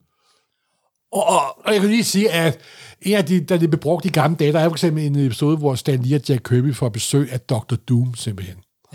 Og jeg kan lige sige, at en af de, der det blev brugt i gamle dage, der er for eksempel en episode, hvor Stan Lee og Jack Kirby får besøg af Dr. Doom, simpelthen. Ja.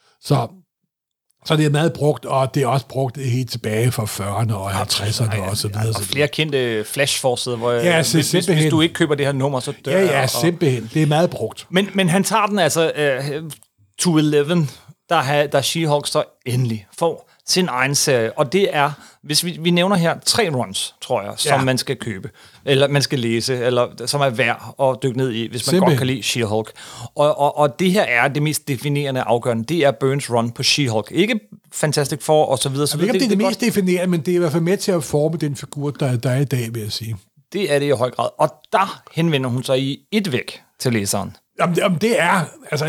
Så det er meget brugt, og det er også brugt helt tilbage fra 40'erne og 50'erne og så videre. Og flere kendte Flash-forside, hvor hvis du ikke køber det her nummer, så dør Ja, simpelthen. Det er meget brugt. Men han tager den altså to 11, der She-Hulk så endelig får sin egen serie, og det er, hvis vi nævner her 3 runs, tror jeg, som man skal købe, eller man skal læse, eller som er værd at dykke ned i, hvis man godt kan lide She-Hulk. Og det her er det mest definerende afgørende, det er Byrnes run på She-Hulk. Ikke Fantastic Four og så videre. Jeg ved ikke, om det er det mest definerende, men det er i hvert fald med til at forme den figur, der er i dag, vil jeg sige. Det er det i høj grad, og der henvender hun sig i et væk til læseren. Jamen det er, altså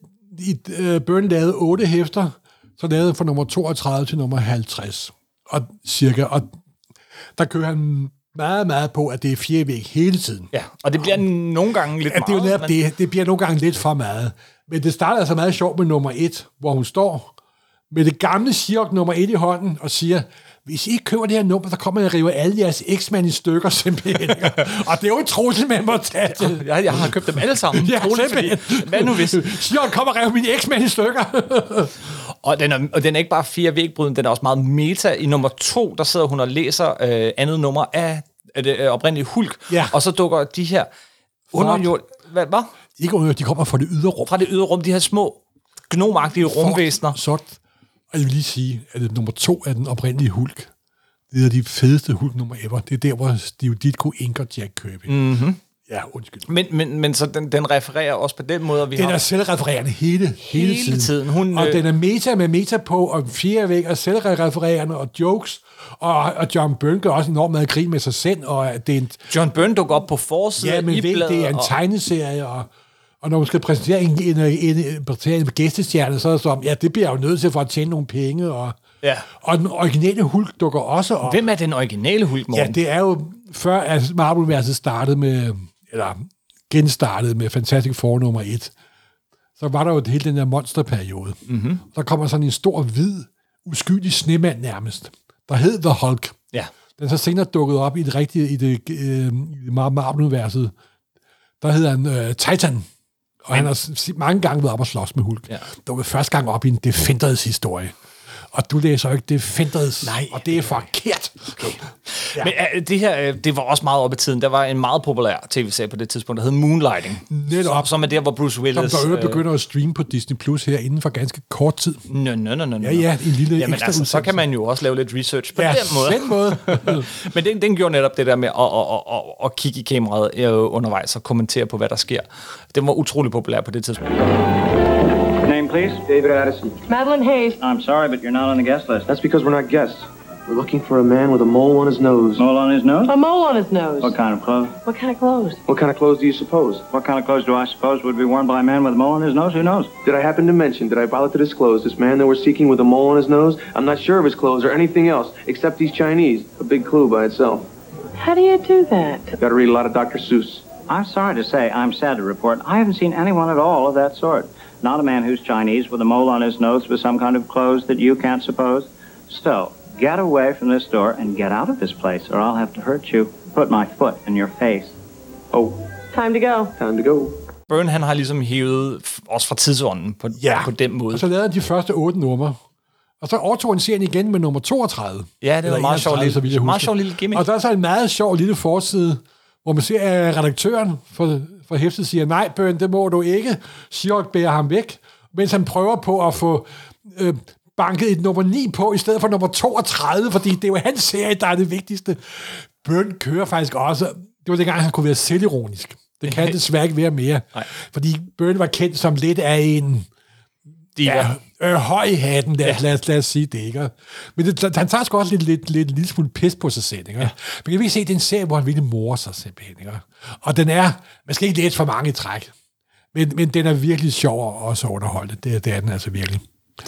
Byrne lavede 8 hæfter, så lavede han fra nummer 32 til nummer 50. Og cirka. Og der kører han meget, meget på, at det er 4 væg hele tiden. Ja, og det bliver nogle gange lidt meget. Det er jo det bliver nogle gange lidt for meget. Men det starter altså meget sjovt med nummer 1, hvor hun står med det gamle She-Hulk nummer 1 i hånden og siger, hvis I ikke køber det her nummer, så kommer jeg og river alle jeres X-Men i stykker, simpelthen. Og det er jo en trussel, man må tage til. Jeg har købt dem alle sammen. Ja, simpelthen. Hvad nu hvis? She-Hulk kommer og river mine X-Men i stykker. Og den er ikke bare 4 vægbrydende, den er også meget meta. I nummer 2, der sidder hun og læser andet nummer af det oprindelige Hulk. Ja. Og så dukker de her underjord... Hvad? Ikke underjord, de kommer fra det ydre rum. Fra det ydre rum, de her små gnomagtige rumvæsener. Sort. Og jeg vil lige sige, at nummer 2 er den oprindelige Hulk. Det er de fedeste Hulk-nummer ever. Det er der, hvor Steve Ditko inker Jack Kirby. Mm-hmm. Ja, undskyld. Men så den refererer også på den måde, den er selvrefererende hele tiden. Og den er meta på, og 4 væk, og selvrefererende, og jokes, og John Byrne gør også enormt meget grin med sig selv, og det er John Byrne dukker op på forsiden. Ja, men det er en tegneserie, og når man skal præsentere en gæstestjerne, så er det som, ja, det bliver jo nødt til for at tjene nogle penge, og den originale Hulk dukker også op. Hvem er den originale Hulk, Morten? Ja, det er jo før, at Marvel-universet genstartede med Fantastic Four nummer 1. Så var der jo hele den der monsterperiode. Mm-hmm. Der kommer sådan en stor, hvid, uskyldig snemand nærmest, der hed The Hulk. Ja. Den så senere dukket op i det Marvel-universet. Der hedder han Titan. Og han har mange gange været op og slås med Hulk. Ja. Dukket første gang op i en Defenders historie. Og du læser jo ikke Defenders. Nej. Og det er forkert. Okay. Ja. Men det her, det var også meget op i tiden. Der var en meget populær tv-serie på det tidspunkt, der hed Moonlighting. Netop. Som er der, hvor Bruce Willis... Som der begynder at streame på Disney Plus her inden for ganske kort tid. Nå. Ja, en lille jamen, ekstra så kan man jo også lave lidt research på den måde. Men den gjorde netop det der med at kigge i kameraet undervejs og kommentere på, hvad der sker. Den var utrolig populær på det tidspunkt. Name name, please? David Addison. Madeline Hayes. I'm sorry, but you're not on the guest list. That's because we're not guests. We're looking for a man with a mole on his nose. Mole on his nose? A mole on his nose. What kind of clothes? What kind of clothes? What kind of clothes do you suppose? What kind of clothes do I suppose would be worn by a man with a mole on his nose? Who knows? Did I happen to mention, did I bother to disclose this man that we're seeking with a mole on his nose? I'm not sure of his clothes or anything else, except he's Chinese. A big clue by itself. How do you do that? Gotta read a lot of Dr. Seuss. I'm sorry to say, I'm sad to report, I haven't seen anyone at all of that sort. Not a man who's Chinese with a mole on his nose with some kind of clothes that you can't suppose. So, get away from this door and get out of this place, or I'll have to hurt you. Put my foot in your face. Oh. Time to go. Time to go. Byrne, han har ligesom hævet også fra tidsånden på den måde. Og så lavede han de første 8 numre. Og så overtog han serien igen med nummer 32. Ja, det var meget sjov lille gimmick. Og der er så en meget sjov lille forside, hvor man ser, at redaktøren for hæftet siger, nej, Byrne, det må du ikke. She-Hulk bærer ham væk, mens han prøver på at få banket et nummer 9 på, i stedet for nummer 32, fordi det er jo hans serie, der er det vigtigste. Byrne kører faktisk også, det var dengang, han kunne være selvironisk. Det kan desværre ikke være mere. Nej. Fordi Byrne var kendt som lidt af en høj i hatten, lad os sige det, ikke? Men han tager sgu også lidt smule pis på sig selv, ikke? Ja. Men kan vi se, det er en serie, hvor han virkelig morer sig simpelthen, ikke? Og den er, man skal ikke læse for mange træk, men den er virkelig sjov og også underholdende. Det er den altså virkelig.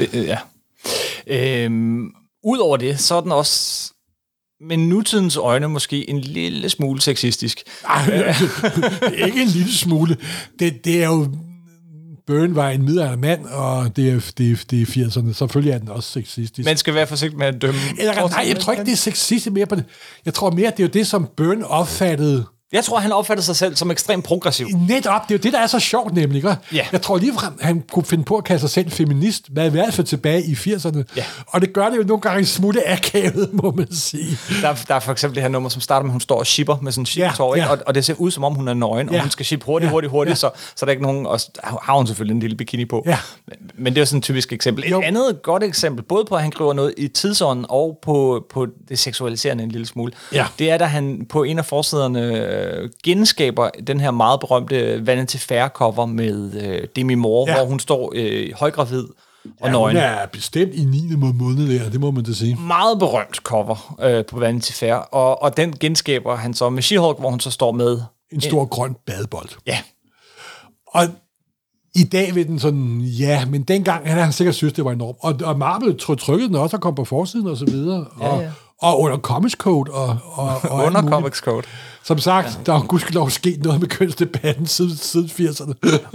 Udover det, så er den også med nutidens øjne måske en lille smule sexistisk. Ikke en lille smule. Det er jo... Byrne var en midaldrende mand, og det er 80'erne. Selvfølgelig er den også sexistisk. Man skal være forsigtig med at dømme. Nej, jeg tror ikke, det er sexistisk mere på det. Jeg tror mere, det er jo det, som Byrne opfattede. Jeg tror, han opfattede sig selv som ekstremt progressiv. Netop, det er jo det, der er så sjovt nemlig. Ikke? Ja. Jeg tror ligefrem, han kunne finde på at kalde sig selv feminist, hvad i hvert fald tilbage i 80'erne. Ja. Og det gør det jo nogle gange en smule akavet, må man sige. Der er for eksempel det her nummer, som starter med, at hun står og shipper med sådan en ship-tår, og det ser ud, som om hun er nøgen, og hun skal shippe hurtigt, så der er ikke nogen, og har hun selvfølgelig en lille bikini på. Ja. Men det er jo sådan et typisk eksempel. Et andet godt eksempel, både på, at han griber noget i tidsånden, og på det seksualiserende en lille smule, det er, da han på en af forsiderne genskaber den her meget berømte Vanity Fair cover med Demi Moore, hvor hun står højgravid og nøgen. Hun er bestemt i 9. måned der, det må man da sige. Meget berømt cover på Vanity Fair, og den genskaber han så med She-Hulk, hvor hun så står med en stor grøn badebold. Ja. Og i dag vil den sådan, men dengang han har sikkert synes, det var enormt. Og Marvel trykkede den også og kom på forsiden og så videre. Og under Comics Code. Og under Comics Code. Som sagt, der er gudskelov sket noget med kønsdebatten siden 80'erne.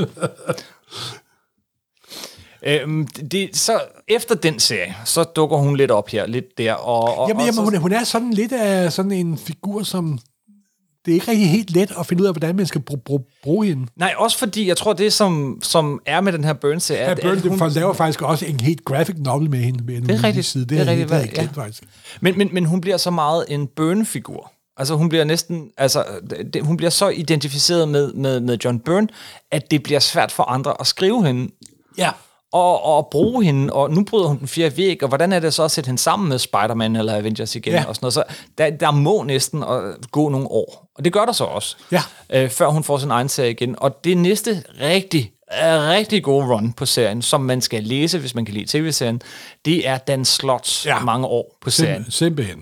Så efter den serie, så dukker hun lidt op her, lidt der. Jamen, hun er sådan lidt af sådan en figur, som... Det er ikke rigtig helt let at finde ud af, hvordan man skal bruge hende. Nej, også fordi, jeg tror, det som er med den her Byrne-serie... Ja, Byrne laver faktisk også en helt graphic novel med hende. Med det er rigtigt. Side. Det er rigtigt, ja. Faktisk. Men hun bliver så meget en Byrne-figur. Altså, hun bliver næsten... Altså, hun bliver så identificeret med John Byrne, at det bliver svært for andre at skrive hende. Ja. Og bruge hende, og nu bryder hun den 4. væg, og hvordan er det så at sætte hende sammen med Spider-Man eller Avengers igen, og sådan noget. Så der må næsten gå nogle år, og det gør der så også, før hun får sin egen serie igen. Og det næste rigtig gode run på serien, som man skal læse, hvis man kan lide tv-serien, det er Dan Slotts mange år på serien. Simpelthen.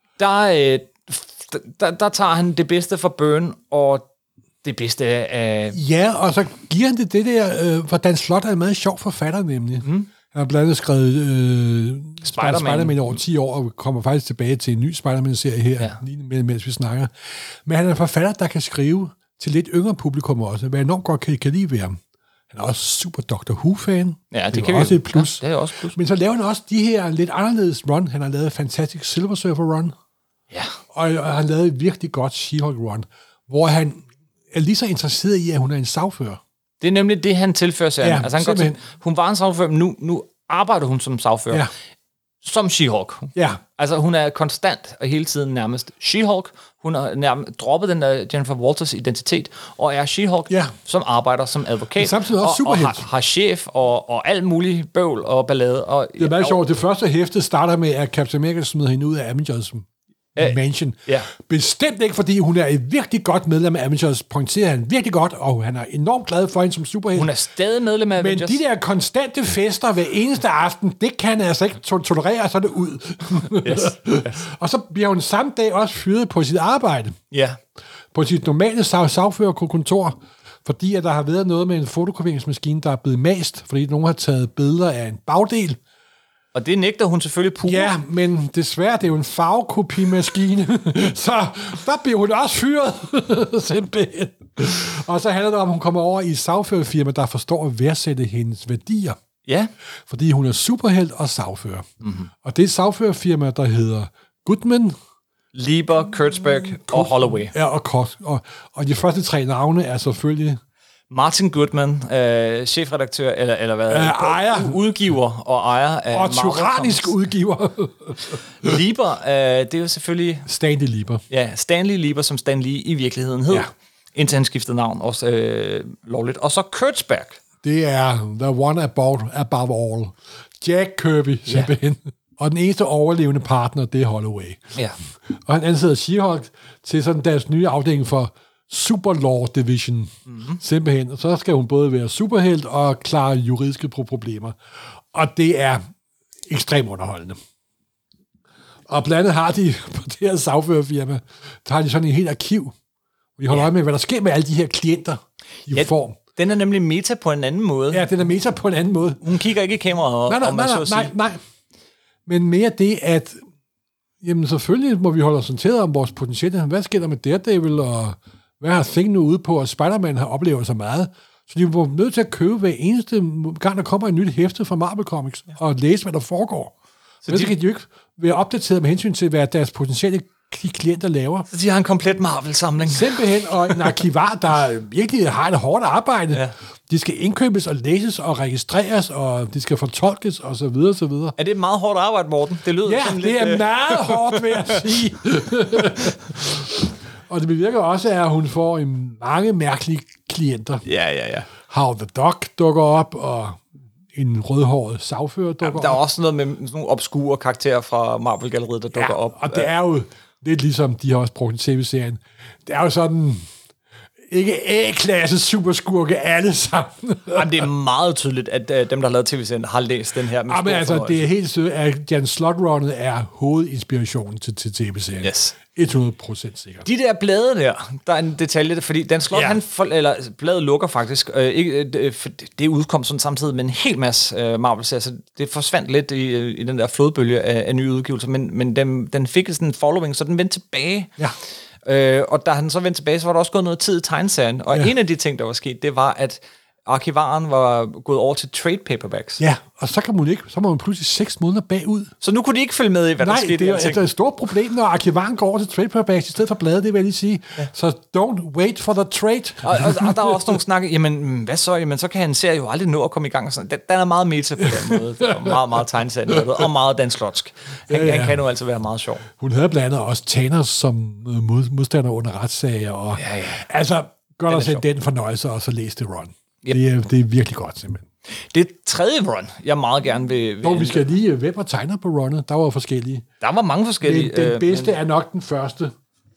Der tager han det bedste for Byrne, og det bedste af... Ja, og så giver han det der, for Dan Slott er en meget sjov forfatter nemlig. Han har blandt andet skrevet Spider-Man over 10 år, og kommer faktisk tilbage til en ny Spider-Man-serie her, lige mens vi snakker. Men han er en forfatter, der kan skrive til lidt yngre publikum også, hvad jeg enormt godt kan lide ved ham. Han er også super Doctor Who-fan. Ja, det er også et plus. Ja, det er også plus. Men så laver han også de her lidt anderledes run. Han har lavet Fantastic Silver Surfer run. Ja. Og han har lavet et virkelig godt She-Hulk run, hvor han er lige så interesseret i, at hun er en sagfører. Det er nemlig det, han tilfører sig. Ja, altså, hun var en sagfører, men nu arbejder hun som sagfører. Ja. Som She-Hulk. Ja. Altså, hun er konstant og hele tiden nærmest She-Hulk. Hun har droppet den der Jennifer Walters identitet, og er She-Hulk, som arbejder som advokat. Samtidig også superhelt. Og har chef og alt muligt bøvl og ballade. Og, det er meget sjovt. Det første hæfte starter med, at Captain America smider hende ud af Avengers. Mansion. Ja. Bestemt ikke, fordi hun er et virkelig godt medlem af Avengers, pointerer han virkelig godt, og han er enormt glad for hende som superhelt. Hun er stadig medlem af Avengers. Men de der konstante fester hver eneste aften, det kan han altså ikke tolerere, så er det ud. Yes. Og så bliver hun samme dag også fyret på sit arbejde. Ja. På sit normale sagførerkontor, fordi at der har været noget med en fotokopieringsmaskine, der er blevet mast, fordi nogen har taget billeder af en bagdel. Og det nægter hun selvfølgelig pure. Ja, men desværre, det er jo en farvekopimaskine, så der bliver hun også fyret, simpelthen. Og så handler det om, at hun kommer over i et sagførerfirma, der forstår at værdsætte hendes værdier. Ja. Fordi hun er superhelt og sagfører. Mm-hmm. Og det er et sagførerfirma, der hedder Goodman, Lieber, Kurtzberg og Holloway. Ja, og de første 3 navne er selvfølgelig Martin Goodman, chefredaktør, eller hvad? Ejer. Udgiver og ejer af og tyrannisk udgiver. Lieber, det er jo selvfølgelig Stanley Lieber. Ja, Stanley Lieber, som Stan Lee i virkeligheden hed. Ja. Indtil han skiftede navn, også lovligt. Og så Kurtzberg. Det er the one above all. Jack Kirby, simpelthen. Ja. Og den eneste overlevende partner, det er Holloway. Ja. Og han ansætter She-Hulk til sådan deres nye afdeling for Superlaw Division. Mm-hmm. Simpelthen. Og så skal hun både være superhelt og klare juridiske problemer. Og det er ekstremt underholdende. Og blandt andet har de på det her sagførerfirma, der har de sådan en helt arkiv. Vi holder øje med, hvad der sker med alle de her klienter i form. Den er nemlig meta på en anden måde. Ja, den er meta på en anden måde. Hun kigger ikke i kameraet. Nej. Men mere det, at jamen selvfølgelig må vi holde os orienteret om vores potentielle. Hvad sker der med Daredevil, og hvad har Thing nu ude på, og Spider-Man har oplevet så meget. Så de var nødt til at købe hver eneste gang, der kommer et nyt hæfte fra Marvel Comics, og læse, hvad der foregår. Så de kan jo ikke være opdateret med hensyn til, hvad deres potentielle klienter laver. Så de har en komplet Marvel-samling. Simpelthen, og en arkivar, der virkelig har et hårdt arbejde. Ja. De skal indkøbes og læses og registreres, og de skal fortolkes, og så videre, så videre. Er det et meget hårdt arbejde, Morten? Det lyder sådan lidt... Ja, det er meget hårdt, vil jeg sige. Og det bevirker også, at hun får mange mærkelige klienter. Ja. How the Dog dukker op, og en rødhåret sagfører dukker op. Der er også noget med sådan nogle obskure karakterer fra Marvel-galleriet, der dukker op. Og det er jo lidt ligesom, de har også brugt i tv-serien. Det er jo sådan... Ikke A-klasse superskurke alle sammen. Jamen, det er meget tydeligt, at dem, der har lavet tv-serien, har læst den her. Jamen, altså, det er helt sødt, at Jan Slott-runnet er hovedinspirationen til tv-serien. Yes. 100% sikkert. De der blade der er en detalje, fordi Dan Slott, bladet lukker faktisk. Det udkom sådan samtidig med en hel masse Marvel-serier, så det forsvandt lidt i den der flodbølge af nye udgivelser, men den fik sådan en following, så den vendte tilbage. Ja. Og da han så vendte tilbage, så var der også gået noget tid i tegneserien. Og en af de ting, der var sket, det var, at arkivaren var gået over til trade paperbacks. Ja, og så må man pludselig 6 måneder bagud. Så nu kunne de ikke følge med i, hvad der skete. Nej, det er et stort problem, når arkivaren går over til trade paperbacks i stedet for blade, det vil jeg lige sige. Ja. Så don't wait for the trade. og der er også nogle snakke, jamen hvad så? Jamen så kan han serie jo aldrig nå at komme i gang. Og sådan. Den er meget meta på den måde. Det er meget, meget tegneserien, og meget Dan Slotsk. Han kan jo altså være meget sjov. Hun havde blandt andet også Thanos som modstander under retssager. Og, altså, godt at se den fornøjelse, og så læse det run. Yep. Det er virkelig godt, simpelthen. Det tredje run, jeg meget gerne vil... vi skal lige... Hvem var tegner på runnet? Der var forskellige. Der var mange forskellige. Den bedste er nok den første.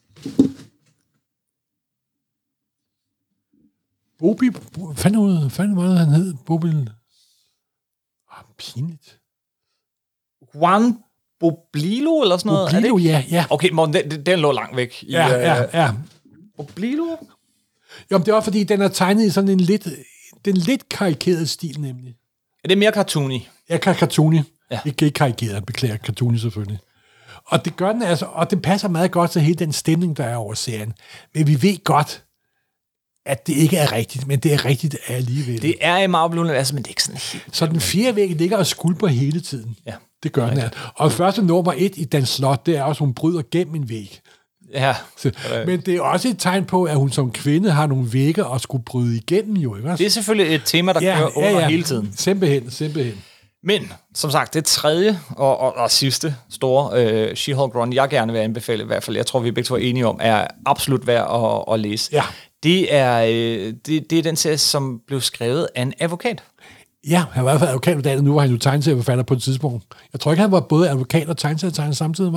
Bobi... Fanden var det, han hed? Bobi... pinligt. Juan Boblilo, eller sådan noget? Boblilo, ja. Okay, Morten, den lå langt væk. Ja. Boblilo? Jo, det var, fordi den er tegnet i sådan en lidt karikerede stil, nemlig. Er det mere cartoony? Ja, cartoony. Ja. Ikke karikeret, beklager, cartoony selvfølgelig. Og det gør den altså, og det passer meget godt til hele den stemning, der er over serien. Men vi ved godt, at det ikke er rigtigt, men det er rigtigt alligevel. Det er i Marvel-universet, men det er ikke sådan helt... Så den fjerde væg ligger og skulper hele tiden. Ja. Det gør den. Og første nummer 1 i Dan Slott, det er også, hun bryder gennem en væg. Ja. Men det er også et tegn på, at hun som kvinde har nogle vægge og skulle bryde igennem jo, ikke? Det er selvfølgelig et tema, der kører under hele tiden. Simpelthen. Men, som sagt, det tredje og sidste store She-Hulk run, jeg gerne vil anbefale, i hvert fald, jeg tror, vi begge to er enige om, er absolut værd at læse. Ja. Det er den serie, som blev skrevet af en advokat. Ja, han var i hvert fald advokat, nu var han jo tegneserieforfatter på et tidspunkt. Jeg tror ikke, han var både advokat og tegneserietegner samtidig, var han?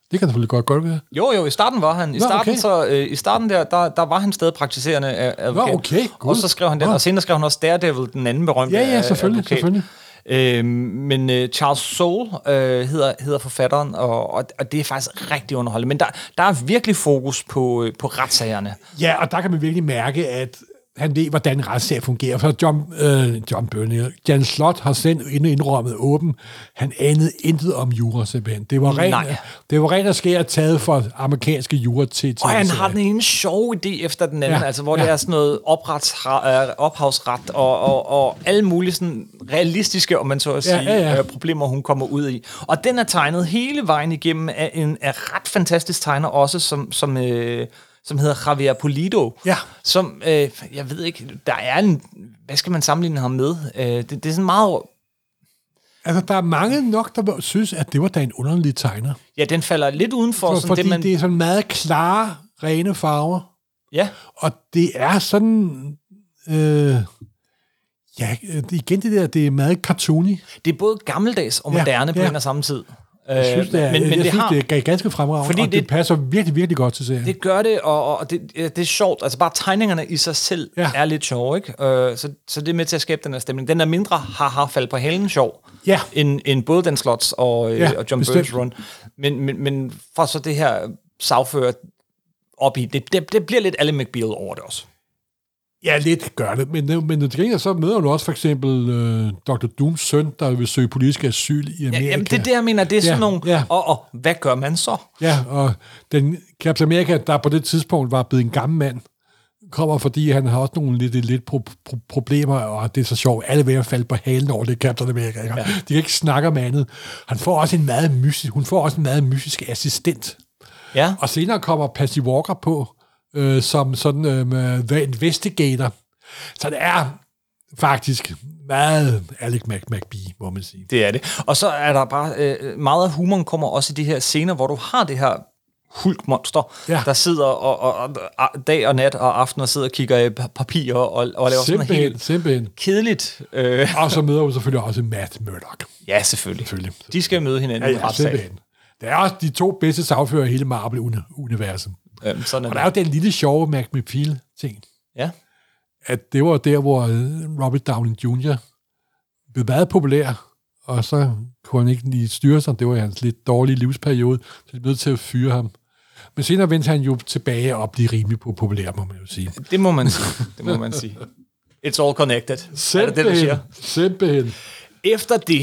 Det kan selvfølgelig godt være. Jo, i starten var han. I starten der var han stadig praktiserende advokat. Okay, og så skrev han den, og senere skrev han også Daredevil, den anden berømte selvfølgelig. Men Charles Soule hedder forfatteren, og det er faktisk rigtig underholdende. Men der er virkelig fokus på retssagerne. Ja, og der kan man virkelig mærke, at han ved, hvordan en retssag fungerer. For John Byrne, Jan Slott har selv indrømmet åben, han anede intet om jura simpelthen. Det var ren og skær taget for amerikanske jura til. Og han har den ene sjove idé efter den anden, altså hvor det er sådan noget ophavsret og alle mulige sådan realistiske, om man så at sige, problemer, hun kommer ud i. Og den er tegnet hele vejen igennem af en ret fantastisk tegner også, som hedder Javier Pulido, som, jeg ved ikke, der er en, hvad skal man sammenligne ham med? Det er sådan meget... Altså, der er mange nok, der synes, at det var da en underlig tegner. Ja, den falder lidt udenfor. Fordi det er sådan meget klare, rene farver. Ja. Og det er sådan... igen det er meget cartoony. Det er både gammeldags og moderne på en og samme tid. Jeg synes, det er ganske fremragende, fordi og det passer virkelig, virkelig godt til serien. Det gør det, og det er sjovt. Altså bare tegningerne i sig selv er lidt sjove, ikke? Så det er med til at skabe den her stemning. Den er mindre fald på halen sjov, end både den Slots og John Byrnes run. Men for så det her sagfører op i, det bliver lidt Ally McBeal over det også. Ja, lidt gør det, men det griner, så møder du også for eksempel Dr. Dooms søn, der vil søge politisk asyl i Amerika. Jamen, det er det, jeg mener, det er sådan nogle... Ja. Og hvad gør man så? Ja, og den Captain America, der på det tidspunkt var blevet en gammel mand, kommer, fordi han har også nogle lidt problemer, og det er så sjovt, alle vil falde på halen over det Captain America. Ja. De kan ikke snakke om andet. Hun får også en meget mystiske assistent. Ja. Og senere kommer Patsy Walker på, som sådan The Investigator. Så det er faktisk meget Alec McBee, må man sige. Det er det. Og så er der bare meget af humoren kommer også i de her scener, hvor du har det her hulkmonster, der sidder og dag og nat og aften og sidder og kigger i papirer og laver sådan helt kedeligt. Og så møder hun selvfølgelig også Matt Murdock. Ja, selvfølgelig. De skal møde hinanden i retssag. Det er også de to bedste sagfører i hele Marvel-universet. Sådan og der er jo den lille sjove Mac McPhee-ting. Ja. At det var der, hvor Robert Downey Jr. blev meget populær, og så kunne han ikke lige styre sig. Det var hans lidt dårlige livsperiode, så de blev til at fyre ham. Men senere vendte han jo tilbage og blev rimelig populær, må man jo sige. Det må man sige. It's all connected. Simpelthen. Er det, du siger? Simpelthen. Efter det,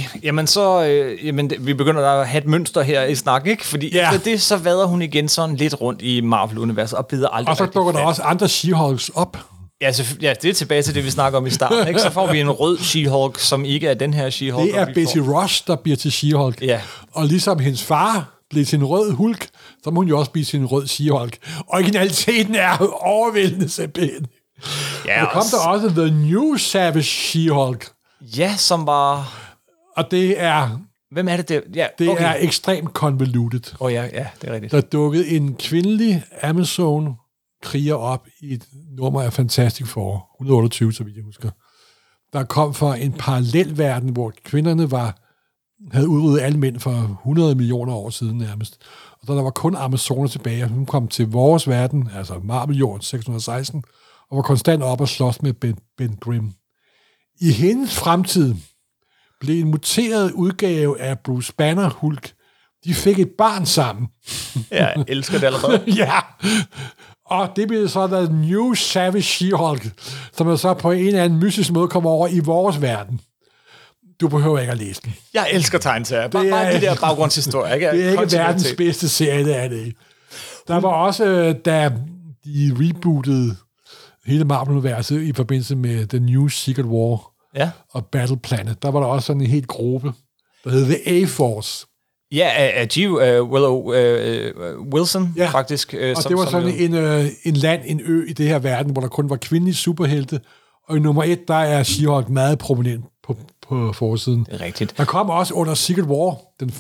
vi begynder at have et mønster her i snak, ikke? Fordi efter det, så vader hun igen sådan lidt rundt i Marvel-universet og bider aldrig. Og så dukker der også andre She-Hulks op. Ja, det er tilbage til det, vi snakker om i starten, ikke? Så får vi en rød She-Hulk, som ikke er den her She-Hulk. Det er Betty Ross, der bliver til She-Hulk. Ja. Og ligesom hendes far blev til en rød Hulk, så må hun jo også blive til en rød She-Hulk. Originaliteten er overvældende simpelthen. Ja, og der kom der også The New Savage She-Hulk. Ja, som var... Og det er... Hvem er det der? Ja, det er ekstremt convoluted. Ja, det er rigtigt. Der dukkede en kvindelig Amazon-kriger op i et nummer af Fantastic Four, 128, så vidt jeg husker. Der kom fra en parallelverden, hvor kvinderne havde udryddet alle mænd for 100 millioner år siden nærmest. Og der var kun Amazoner tilbage, og hun kom til vores verden, altså Marvel-jorden 616, og var konstant op og slås med Ben Grimm. I hendes fremtid blev en muteret udgave af Bruce Banner Hulk. De fik et barn sammen. Ja, jeg elsker det allerede. Ja, og det blev så The New Savage She-Hulk, som er så på en eller anden mystisk måde kommer over i vores verden. Du behøver ikke at læse den. Jeg elsker tegneserier. Bare det der baggrundshistorie. Ikke? Det er ikke verdens bedste serie, det er det ikke. Der var også, da de rebootede hele Marvel-universet i forbindelse med The New Secret War og Battle Planet, der var der også sådan en helt gruppe, der hed The A-Force. Ja, af G. Willow Wilson, faktisk. Og det var sådan en ø i det her verden, hvor der kun var kvindelige superhelte, og i nummer 1, der er She-Hulk meget prominent på forsiden. Det er rigtigt. Der kom også under Secret War,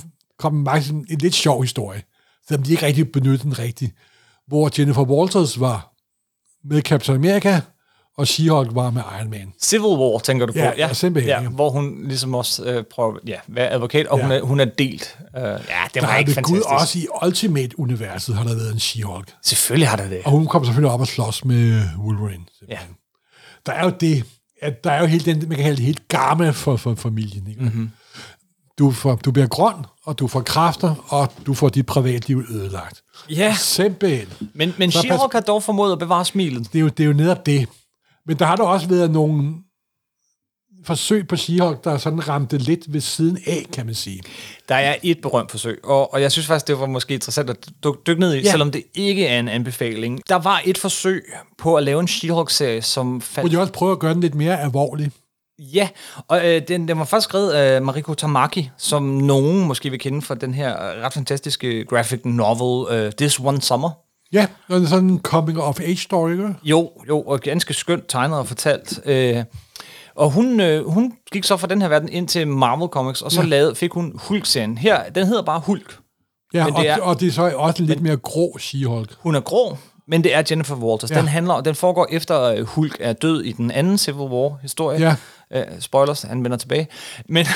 en lidt sjov historie, selvom de ikke rigtig benyttede den rigtigt, hvor Jennifer Walters var med Captain America, og She-Hulk var med Iron Man. Civil War, tænker du på? Ja, simpelthen. Ja, hvor hun ligesom også prøver at være advokat, og hun er delt. Det var ikke fantastisk. Gud, også i Ultimate-universet har der været en She-Hulk. Selvfølgelig har der det. Og hun kom selvfølgelig op og slås med Wolverine. Ja. Der er jo det, at der er jo helt den, man kan kalde det helt gamle for familien. Ikke? Mm-hmm. Du bliver grøn, og du får kræfter, og du får dit privatliv ødelagt. Ja. Simpelthen. Men She-Hulk har dog formået at bevare smilet. Det er jo netop det. Men der har der også været nogle forsøg på She-Hulk, der sådan ramte lidt ved siden af, kan man sige. Der er et berømt forsøg, og jeg synes faktisk, det var måske interessant at dykke ned i, selvom det ikke er en anbefaling. Der var et forsøg på at lave en She-Hulk-serie, som Kunne de også prøve at gøre den lidt mere alvorlig? Ja, og den var faktisk skrevet af Mariko Tamaki, som nogen måske vil kende fra den her ret fantastiske graphic novel, This One Summer. Ja, og det er sådan en coming-of-age-story, ikke? Jo, og ganske skønt tegnet og fortalt. Og hun gik så fra den her verden ind til Marvel Comics, og så fik hun Hulk-serien. Her, den hedder bare Hulk. Ja, og det er så også lidt mere grå She-Hulk. Hun er grå, men det er Jennifer Walters. Ja. Den foregår efter Hulk er død i den anden Civil War-historie. Ja. Spoilers, han vender tilbage. Men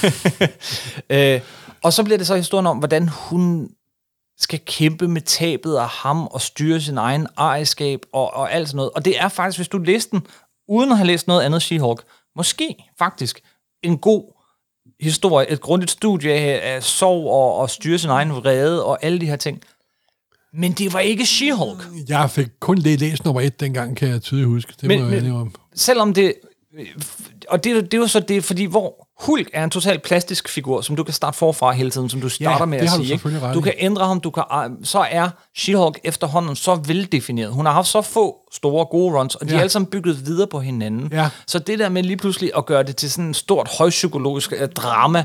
og så bliver det så historien om, hvordan hun skal kæmpe med tabet af ham og styre sin egen ejerskab og alt sådan noget. Og det er faktisk, hvis du læser den, uden at have læst noget andet She-Hulk, måske faktisk en god historie, et grundigt studie af sorg og styre sin egen vrede og alle de her ting. Men det var ikke She-Hulk. Jeg fik kun læst nummer 1 dengang, kan jeg tydeligt huske. Det selvom det... Og det er jo så det, fordi hvor Hulk er en total plastisk figur, som du kan starte forfra hele tiden, som du starter med at sige. Du kan ændre ham, så er She-Hulk efterhånden så veldefineret. Hun har haft så få store, gode runs, og de er alle sammen bygget videre på hinanden. Ja. Så det der med lige pludselig at gøre det til sådan en stort, højpsykologisk drama,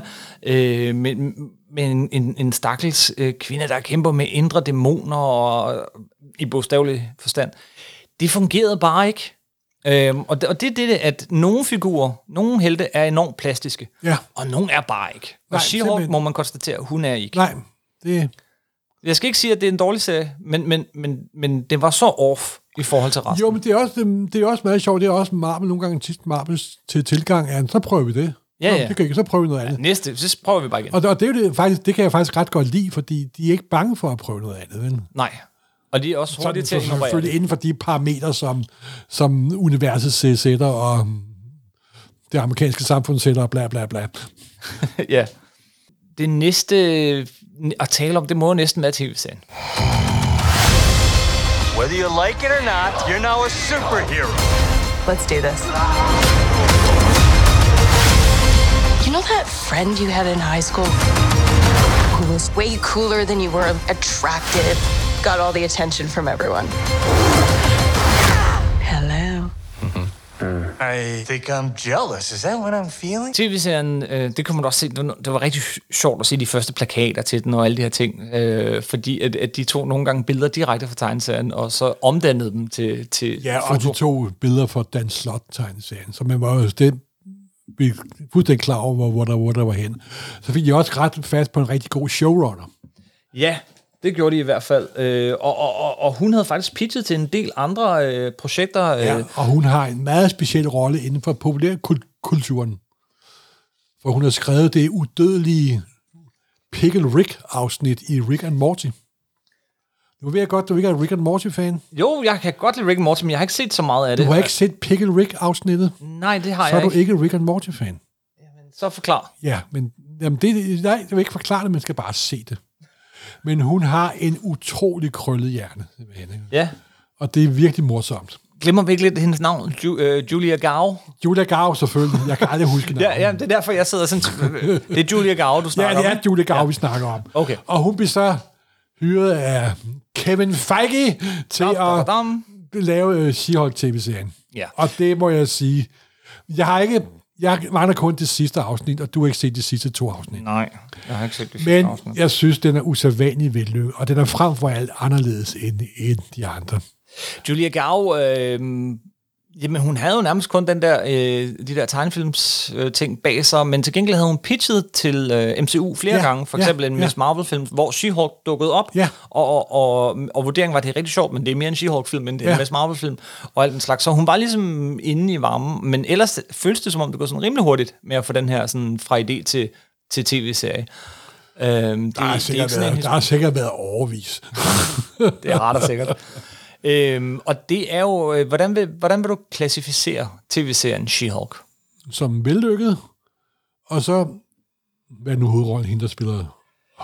med en stakkels kvinde, der kæmper med indre dæmoner og i bogstavelig forstand, det fungerede bare ikke. Og det er det, at nogle figurer, nogle helte er enormt plastiske, og nogle er bare ikke. Og She-Hulk må man konstatere, hun er ikke. Nej, det... Jeg skal ikke sige, at det er en dårlig serie, men det var så off i forhold til resten. Jo, men det er også meget sjovt. Det er også Marvel nogle gange sidst Marvels til tilgang. Så prøver vi det. Ja. Det kan ikke, så prøver vi noget andet. Så prøver vi bare igen. Og det er jo det, faktisk, det kan jeg faktisk ret godt lide, fordi de er ikke bange for at prøve noget andet. Vel? Nej. Og de er også hurtigt til at ignorere. Selvfølgelig inden for de parametre, som universet sætter, og det amerikanske samfund sætter, og bla bla bla. Ja. Det næste at tale om, det må næsten være tv-serien. Whether you like it or not, you're now a superhero. Let's do this. You know that friend you had in high school who was way cooler than you were, attractive, got all the attention from everyone? Hello. I think I'm jealous. Is that what I'm feeling? TV-serien, det kunne man også se, det var rigtig sjovt at se de første plakater til den og alle de her ting, fordi at de tog nogle gange billeder direkte fra tegneserien, og så omdannede dem til ja, foto. Og de tog billeder fra Dan Slott-tegneserien, så man var jo fuldstændig klar over, hvor der var hen. Så fik de også ret fast på en rigtig god showrunner. Ja, det gjorde de i hvert fald. Og hun havde faktisk pitchet til en del andre projekter. Ja, og hun har en meget speciel rolle inden for populærkulturen. For hun har skrevet det udødelige Pickle Rick-afsnit i Rick and Morty. Nu ved jeg godt, du ikke er Rick and Morty-fan. Jo, jeg kan godt lide Rick and Morty, men jeg har ikke set så meget af det. Du har ikke set Pickle Rick-afsnittet? Nej, det har jeg ikke. Så er du ikke Rick and Morty-fan. Jamen, så forklar. Ja, men jamen jeg vil ikke forklare det, man skal bare se det. Men hun har en utrolig krøllet hjerne. Ja. Og det er virkelig morsomt. Glemmer vi ikke lidt hendes navn? Julia Gao? Julia Gao, selvfølgelig. Jeg kan aldrig huske navnet. Ja, det er derfor, jeg sidder sådan... Det er Julia Gao, du snakker om. Ja, det er Julia Gao, vi snakker om. Okay. Og hun bliver så hyret af Kevin Feige til at lave She-Hulk TV-serien. Ja. Og det må jeg sige. Jeg mangler kun det sidste afsnit, og du har ikke set de sidste 2 afsnit. Nej, jeg har ikke set det sidste afsnit. Men jeg synes, den er usædvanlig vellykket, og den er frem for alt anderledes end de andre. Julia Gao Jamen, hun havde jo nærmest kun den der, de der tegnefilms-ting bag sig, men til gengæld havde hun pitchet til MCU flere gange, for eksempel en Miss Marvel-film, hvor She-Hulk dukkede op, og vurderingen var, at det er rigtig sjovt, men det er mere en She-Hulk-film, end det er en Miss Marvel-film, og alt den slags. Så hun var ligesom inde i varmen, men ellers føles det, som om det går sådan rimelig hurtigt med at få den her sådan, fra idé til tv-serie. Der har sikkert været overvis. Det har der sikkert. Og det er jo, hvordan vil du klassificere tv-serien She-Hulk? Som vellykket, og så, hvad er nu hovedrollen, hende der spiller?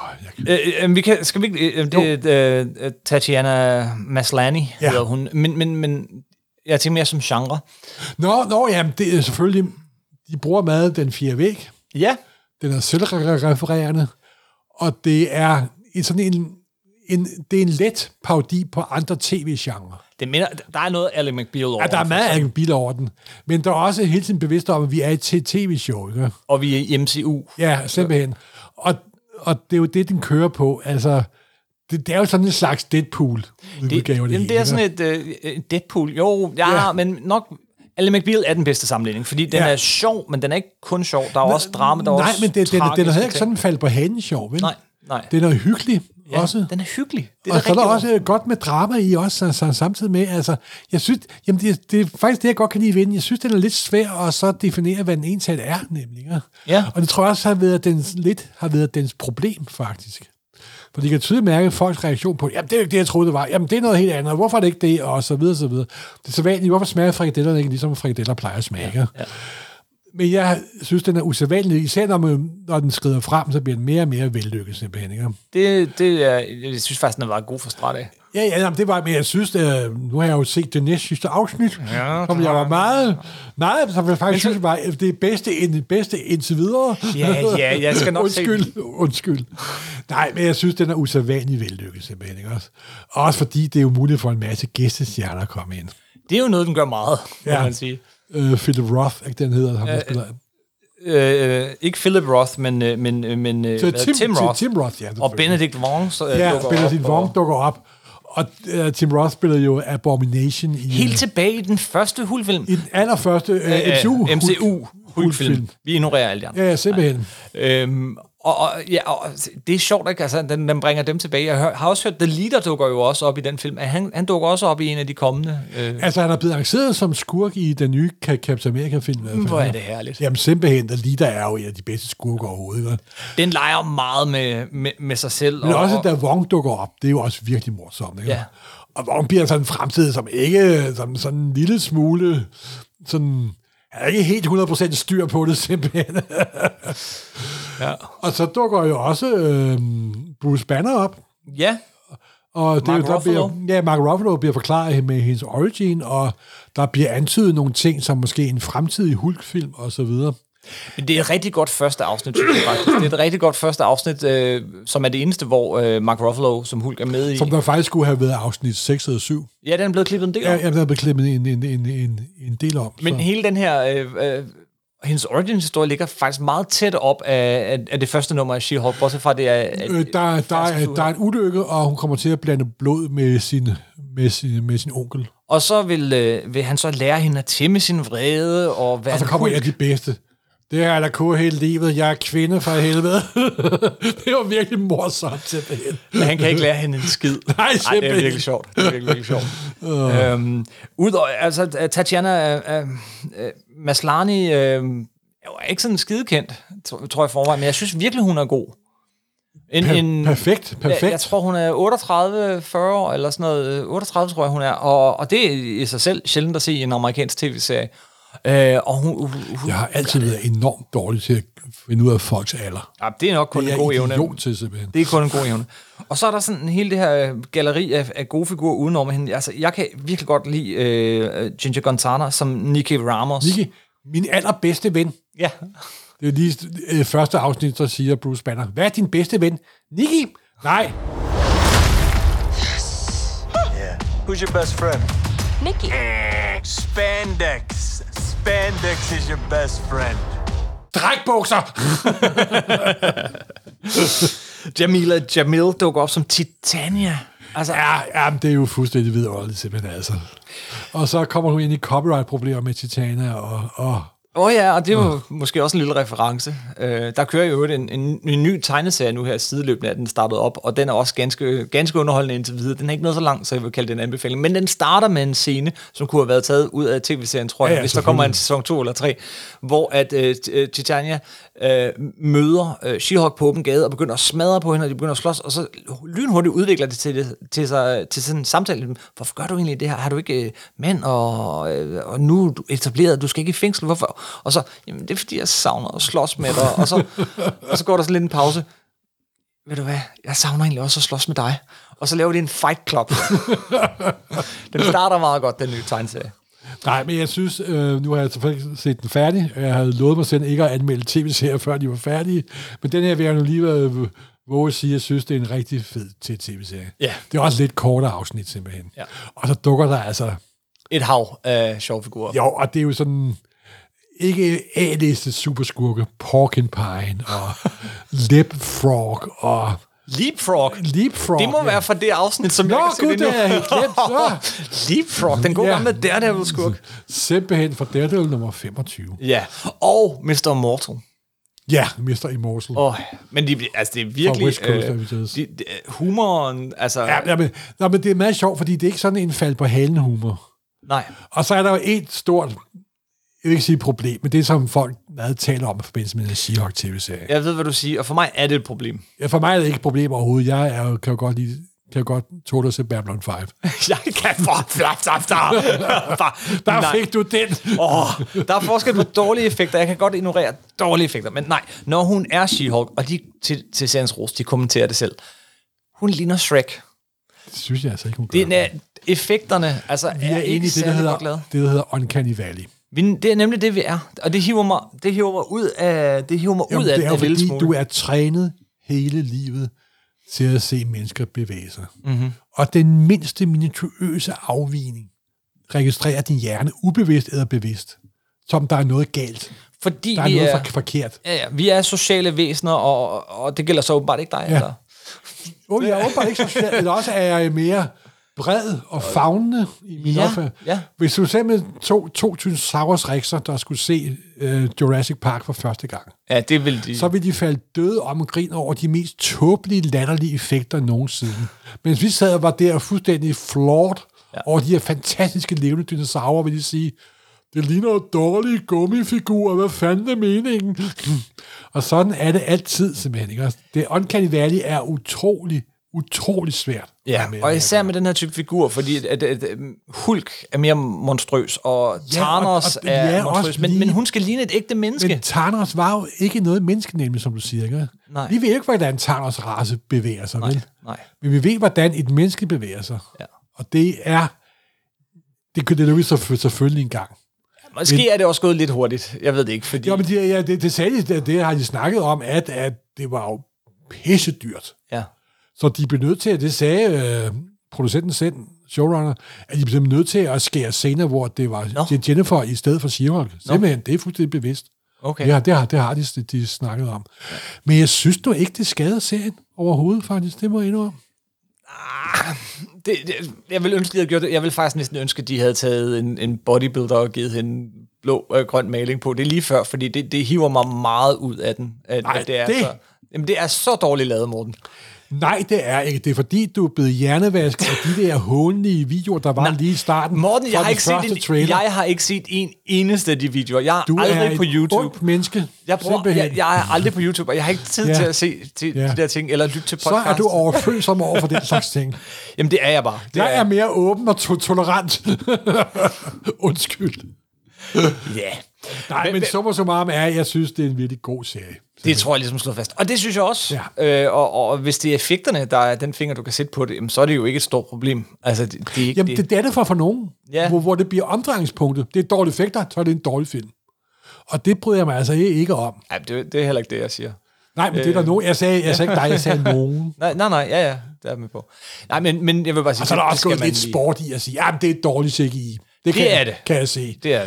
Tatiana Maslany hedder hun, men jeg tænker mere som genre. Jamen, det er selvfølgelig, de bruger meget den fjerde væg. Ja. Den er selvrefererende, og det er sådan det er en let parodi på andre tv-genrer. Der er noget Ally McBeal over den. Ja, der er meget Ally McBeal over den. Men der er også hele tiden bevidst om, at vi er et tv-show, ikke? Og vi er i MCU. Ja, simpelthen. Og det er jo det, den kører på. Altså, det er jo sådan en slags Deadpool-udgave. Det er sådan et Deadpool. Jo, men nok... Ally McBeal er den bedste sammenligning, fordi den er sjov, men den er ikke kun sjov. Der er også drama, der er også men den er heller ikke sådan faldt på hanen sjov, vel? Nej. Den er hyggelig også. Den er hyggelig. Og så er der også godt med drama i også, samtidig med, altså, jeg synes, jamen det er faktisk det, jeg godt kan lide ved den. Jeg synes, den er lidt svær at så definere, hvad den ensat er, nemlig. Ja. Og det tror jeg også har været dens problem, faktisk. For de kan tydeligt mærke folks reaktion på, jamen det er jo ikke det, jeg troede, det var. Jamen det er noget helt andet. Hvorfor er det ikke det? Og så videre, så videre. Det er så vanligt. Hvorfor smager frikadellerne ikke ligesom frikadeller plejer at smage? Ja. Men jeg synes, den er usædvanlig. Især når den skrider frem, så bliver den mere og mere vellykket, simpelthen. Jeg synes faktisk, den var god for start af. Ja, det var, men jeg synes, nu har jeg jo set det næste sidste afsnit, som jeg var meget, som jeg faktisk synes var det bedste indtil videre. Ja, jeg skal nok Undskyld. Nej, men jeg synes, den er usædvanlig vellykket, simpelthen. Også fordi det er jo muligt for en masse gæstestjerner at komme ind. Det er jo noget, den gør meget, må man sige. Philip Roth, ikke den hedder, ham der spiller. Ikke Philip Roth, men Tim Roth. Tim Roth, ja. Og Benedict Wong dukker op. Og Tim Roth spiller jo Abomination i... Helt tilbage i den første Hulk-film. I den allerførste MCU Hulk-film. Vi ignorerer alt det andet. Ja, simpelthen. Og det er sjovt, ikke? Altså, den bringer dem tilbage. Jeg har også hørt, The Leader dukker jo også op i den film. Han dukker også op i en af de kommende. Altså, han er blevet arrangeret som skurk i den nye Captain America-film. Hvor er det herligt. Jamen, simpelthen, The Leader er jo en af de bedste skurker overhovedet. Ikke? Den leger meget med sig selv. Men også, da Wong dukker op, det er jo også virkelig morsomt. Ikke? Ja. Og Wong bliver sådan en fremtid, som ikke sådan en lille smule... sådan... Jeg er ikke helt 100% styr på det, simpelthen. Ja. Og så dukker jo også Bruce Banner op. Ja. Og Mark Ruffalo bliver forklaret med hendes origin, og der bliver antydet nogle ting, som måske en fremtidig Hulk-film, og så videre. Men det er et rigtig godt første afsnit, synes jeg faktisk. Det er et rigtig godt første afsnit, som er det eneste, hvor Mark Ruffalo som Hulk er med i. Som der faktisk skulle have været afsnit 6 eller 7. Ja, den er blevet klippet en del om. Ja, den er blevet klippet en del om. Men hele den her... hendes origin-historie ligger faktisk meget tæt op af det første nummer af She-Hulk, bortset fra det er... Der er en ulykke, og hun kommer til at blande blod med sin onkel. Og så vil han så lære hende at tæmme sin vrede, og så kommer en af de bedste. Det er der kur hele livet. Jeg er kvinde for helvede. Det var virkelig morsomt, simpelthen. Men han kan ikke lære hende en skid. Nej, det er virkelig sjovt. Det er virkelig sjovt. Udover, altså, Tatiana Maslany er ikke sådan skidekendt, tror jeg forvejen, men jeg synes virkelig, hun er god. Perfekt. Jeg tror, hun er 38-40 år, eller sådan noget. 38, tror jeg, hun er. Og det er i sig selv sjældent at se i en amerikansk tv-serie. Og hun jeg har altid været enormt dårlig til at finde ud af folks alder. Ja, det er nok kun en god evne. Det er kun en god evne. Og så er der sådan hele det her galleri af gode figurer udenom hende. Altså, jeg kan virkelig godt lide Ginger Gonzana som Nikki Ramos. Nikki, min allerbedste ven. Ja. Det er lige første afsnit, der siger Bruce Banner. Hvad er din bedste ven? Nikki? Nej. Yeah. Who's your best friend? Nikki. Spandex. Spandex is your best friend. Strækbukser! Jamila Jamil dukker op som Titania. Altså, Ja, men det er jo fuldstændig vidunderligt, simpelthen altså. Og så kommer hun ind i copyright-problemer med Titania, og ja, og det er jo måske også en lille reference. Der kører jo en ny tegneserie nu her sideløbende, at den startede op, og den er også ganske underholdende indtil videre. Den er ikke noget så lang, så jeg vil kalde det en anbefaling. Men den starter med en scene, som kunne have været taget ud af tv-serien, tror jeg, hvis der kommer en sæson 2 eller 3, hvor at Titania møder She-Hulk på åben gade og begynder at smadre på hende, og de begynder at slås, og så lynhurtigt udvikler det til sådan en samtale. Hvorfor gør du egentlig det her? Har du ikke mand, og nu er du etableret, du skal ikke i fængsel? Hvorfor? Og så, jamen det er fordi, jeg savner at slås med dig. Og så går der sådan lidt en pause. Ved du hvad, jeg savner egentlig også at slås med dig. Og så laver de en fight club. Den starter meget godt, den nye tegneserie. Nej, men jeg synes, nu har jeg selvfølgelig set den færdig. Jeg havde lovet mig selv ikke at anmelde tv-serier, før de var færdige. Men den her vil jeg nu lige våge at sige, at jeg synes, det er en rigtig fed tv-serie. Ja. Det er også lidt kortere afsnit, simpelthen. Ja. Og så dukker der altså... et hav af sjove figurer. Jo, og det er jo sådan... ikke A-liste superskurke, Porcupine og Leapfrog og... Leapfrog? Det må være fra det afsnit, som jeg kan se det nu. det er helt glemt. Leapfrog, den gode gamle Daredevil-skurk. Simpelthen fra Daredevil nummer 25. Ja, og Mr. Immortal. Ja, Mr. Immortal. Men det er virkelig... humoren, altså... Ja, men det er meget sjovt, fordi det er ikke sådan en fald på halen humor. Nej. Og så er der jo et stort... jeg vil ikke sige problem, men det er som folk meget taler om i forbindelse med en She-Hulk tv-serie. Jeg ved, hvad du siger, og for mig er det et problem. Ja, for mig er det ikke et problem overhovedet. Jeg kan jo godt tåle at se Babylon 5. Jeg kan Der fik du den. Der er forskel på dårlige effekter. Jeg kan godt ignorere dårlige effekter, men nej, når hun er She-Hulk, og de til seriens ros, de kommenterer det selv. Hun ligner Shrek. Det synes jeg altså ikke, hun gør. Effekterne, altså vi er ikke i det, der hedder Uncanny Valley. Det er nemlig det, vi er. Og det hiver mig ud af det er fordi du er trænet hele livet til at se mennesker bevæge sig. Mm-hmm. Og den mindste minutiøse afvigning registrerer din hjerne ubevidst eller bevidst, som der er noget galt. Fordi der er noget forkert. Ja, vi er sociale væsener, og det gælder så åbenbart ikke dig, eller? Jeg er åbenbart ikke social, eller også er jeg mere bred og favnende i min opfærd. Ja. Hvis du simpelthen to Tyrannosaurus Rex'er, der skulle se Jurassic Park for første gang, det vil de. Så vil de falde døde om grin over de mest tåbelige, latterlige effekter nogensinde. Mens vi sad og var der fuldstændig flawed over de her fantastiske levende dinosaurer, vil de sige, det ligner jo dårlige gummifigurer, hvad fanden er meningen? Og sådan er det altid, simpelthen. Ikke? Det Uncanny Valley er utrolig svært. Ja, og især med den her type figur, fordi at Hulk er mere monstrøs, og Thanos er monstrøs, men hun skal ligne et ægte menneske. Men Thanos var jo ikke noget menneske, nemlig, som du siger. Ikke? Nej. Vi ved ikke, hvordan Thanos race bevæger sig. Nej. Men vi ved, hvordan et menneske bevæger sig. Ja. Og det vi selvfølgelig en gang. Måske er det også gået lidt hurtigt. Jeg ved det ikke, fordi... Jo, men det sagde de, det har de snakket om, at det var jo pissedyrt. Ja. Så de blev nødt til, det sagde producenten selv, showrunner, at de blev nødt til at skære scener, hvor det var Jennifer i stedet for She-Hulk. Simpelthen, det er fuldstændig bevidst. Okay. Ja, det har de snakket om. Men jeg synes nu ikke, det skader serien overhovedet, faktisk. Det må jeg indrømme. Jeg vil ønske, de havde gjort det. Jeg vil faktisk næsten ønske, at de havde taget en bodybuilder og givet hende blå-grøn maling på. Det er lige før, fordi det hiver mig meget ud af den. Det er så dårligt lavet, Morten. Nej, det er ikke. Det er fordi, du er blevet hjernevasket af de der hånlige videoer, der var lige i starten. Morten, jeg har ikke set en eneste af de videoer. Jeg er aldrig på YouTube. Du er et menneske. Jeg er aldrig på YouTube, og jeg har ikke tid til at se de der ting, eller lytte til podcast. Så er du overfølsom over for den slags ting. Jamen, det er jeg bare. Jeg er mere åben og tolerant. Undskyld. Ja. Nej, men summa summarum jeg synes, det er en virkelig god serie. Det tror jeg ligesom slået fast. Og det synes jeg også. Ja. Og hvis det er effekterne, der er den finger, du kan sætte på det, så er det jo ikke et stort problem. Altså, det er ikke det er det for nogen, hvor det bliver omdrejningspunktet. Det er et dårligt effekter, så er det en dårlig film. Og det bryder jeg mig altså ikke om. Ja, det er heller ikke det, jeg siger. Nej, men det er der nogen. Jeg sagde ikke dig, jeg sagde nogen. Nej, det er jeg med på. Nej, men jeg vil bare sige... Og så er der også gået lidt sport i at sige, det er et dårligt CGI. Det er det. Kan jeg se. Det er det.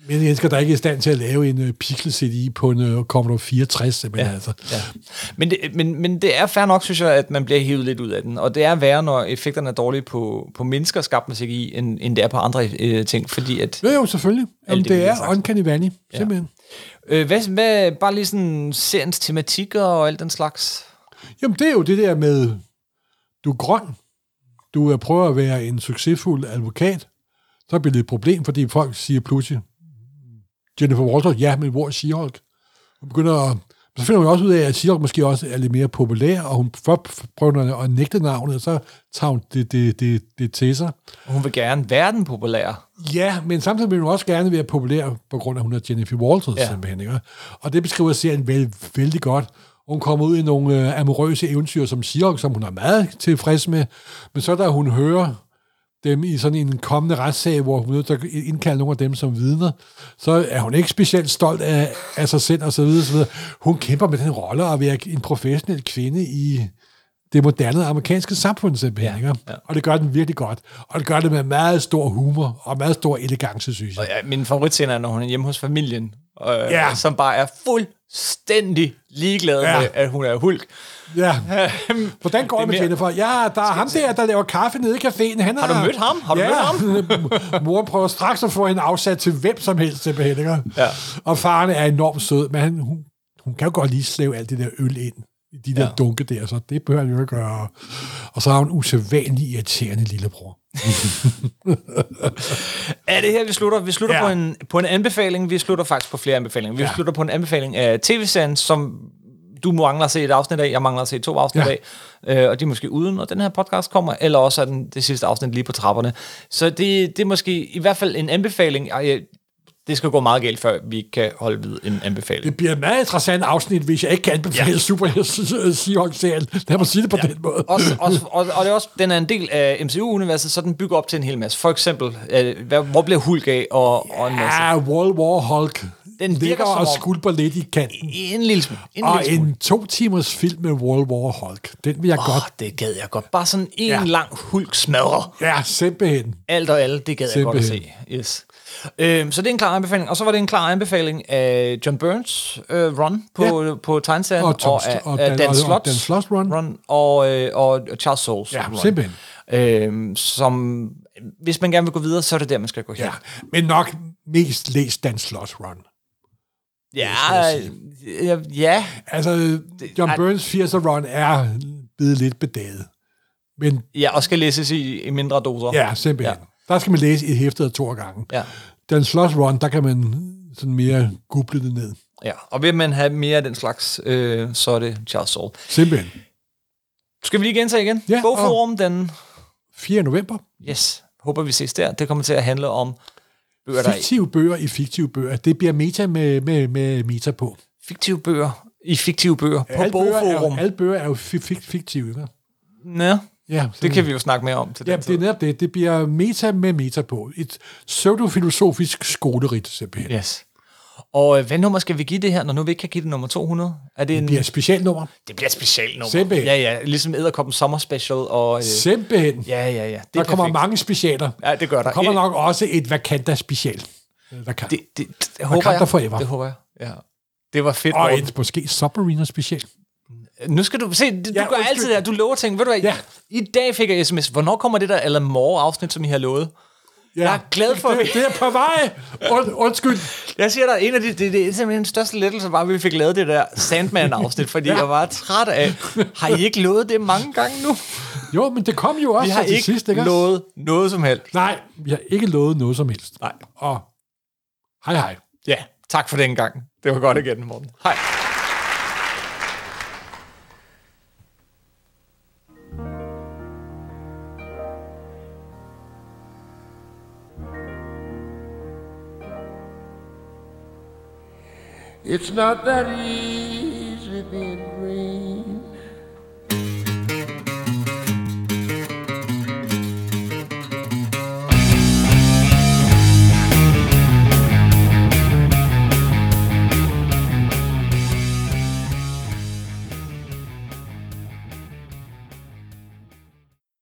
Men mennesker, der ikke er i stand til at lave en pixel-CD på en Commodore 64, men altså. Ja. Men det er fair nok, synes jeg, at man bliver hivet lidt ud af den. Og det er værre, når effekterne er dårlige på mennesker skabt musik i, end det er på andre ting, fordi at... Jo, selvfølgelig. Jamen, det er Uncanny Valley, simpelthen. Hvad bare lige sådan seriens tematikker og alt den slags? Jamen, det er jo det der med, du er grøn, du prøver at være en succesfuld advokat, så bliver det et problem, fordi folk siger pludselig, Jennifer Walters, ja, men hvor er She-Hulk? Så finder man også ud af, at She-Hulk måske også er lidt mere populær, og hun prøver at nægte navnet, og så tager hun det til sig. Hun vil gerne være den populære. Ja, men samtidig vil hun også gerne være populær, på grund af, at hun er Jennifer Walters, simpelthen. Ikke? Og det beskriver serien vældig godt. Hun kommer ud i nogle amorøse eventyr som She-Hulk, som hun er meget tilfreds med, men så da hun hører dem i sådan en kommende retssag, hvor hun er nødt til at indkalde nogle af dem som vidner, så er hun ikke specielt stolt af sig selv, og så videre, så videre. Hun kæmper med den rolle at være en professionel kvinde i det moderne amerikanske samfund, simpelthen. Ja. Og det gør den virkelig godt. Og det gør det med meget stor humor, og meget stor elegance, synes jeg. Og min favoritscene er, når hun er hjemme hos familien, som bare er fuldstændig ligeglad med, at hun er Hulk. Ja. Hvordan går det med Jennifer? Ja, der er ham der laver kaffe nede i caféen. Har du mødt ham? Mødt ham? Moren prøver straks at få hende afsat til hvem som helst, simpelthen. Ikke? Ja. Og faren er enormt sød, men hun kan jo godt lige slæve alt det der øl ind i de der dunke der, så det behøver han jo ikke gøre. Og så har hun usædvanlig irriterende lillebror. Er det her, vi slutter? Vi slutter på en anbefaling. Vi slutter faktisk på flere anbefalinger. Vi slutter på en anbefaling af tv-serien, som du mangler at se et afsnit af, jeg mangler at se 2 afsnit af, og de er måske uden, når den her podcast kommer, eller også er det sidste afsnit lige på trapperne. Så det er måske i hvert fald en anbefaling. Det skal gå meget galt, før vi kan holde ved en anbefaling. Det bliver et meget interessant afsnit, hvis jeg ikke kan anbefale Super She-Hulk-serien. Lad mig sige det på den måde. Og det er også, den er en del af MCU-universet, så den bygger op til en hel masse. For eksempel, hvor bliver Hulk af, og en masse. Ja, World War Hulk. Den ligger og skulper lidt i kanten. En lille smule. En 2 timers film med World War Hulk. Den vil jeg godt. Det gad jeg godt. Bare sådan en lang Hulk smadrer. Ja, simpelthen. Alt og alle, det gad jeg godt at se. Yes. Så det er en klar anbefaling. Og så var det en klar anbefaling af John Burns run på tegneserien. Og Dan Slotts run. Og Charles Soules run. Simpelthen. Som, hvis man gerne vil gå videre, så er det der, man skal gå hen. Ja, men nok mest læst Dan Slotts run. Ja. Altså, John Burns 80'er run er blevet lidt bedaget. Men, og skal læses i mindre doser. Ja, simpelthen. Ja. Der skal man læse et hæftet 2 gange. Ja. Dan Slotts run, der kan man sådan mere google det ned. Ja, og vil man have mere af den slags, så er det Charles Soule. Simpelthen. Skal vi lige gentage igen? Ja, Bogforum den 4. november. Yes, håber vi ses der. Det kommer til at handle om bøger, fiktive bøger i fiktive bøger. Det bliver meta med meta på. Fiktive bøger i fiktive bøger på Bogforum. Alle bøger er jo fiktive, ikke? Ja, det kan vi jo snakke mere om til den tid. Det er netop det. Det bliver meta med meta på. Et pseudofilosofisk skolerit, simpelthen. Yes. Og hvad nummer skal vi give det her, når nu vi ikke kan give det nummer 200? Det bliver et specialnummer. Det bliver et specialnummer. Simpelthen. Ja, ligesom Edderkoppen Sommer Special. Og, simpelthen. Ja. Der kommer mange specialer. Ja, det gør der. Der kommer nok også et Wakanda special. Det håber jeg. Forever. Det håber jeg. Ja. Det var fedt. Og et måske Submariner special. Nu skal du se, du gør altid det her. Du lover ting. Ved du hvad? Ja. I dag fik jeg sms. Hvornår kommer det der Alan Moore-afsnit, som I har lovet? Ja. Jeg er glad for det. Det er på vej. Undskyld. Jeg siger dig, det er simpelthen den største lettelse, bare vi fik lavet det der Sandman-afsnit, fordi jeg var træt af. Har I ikke lovet det mange gange nu? Jo, men det kom jo også vi har til sidst, ikke? Vi har ikke lovet noget som helst. Nej, vi har ikke lovet noget som helst. Nej. Og hej. Ja, tak for den gang. Det var godt igen, Morten. Hej. It's not that easy being green.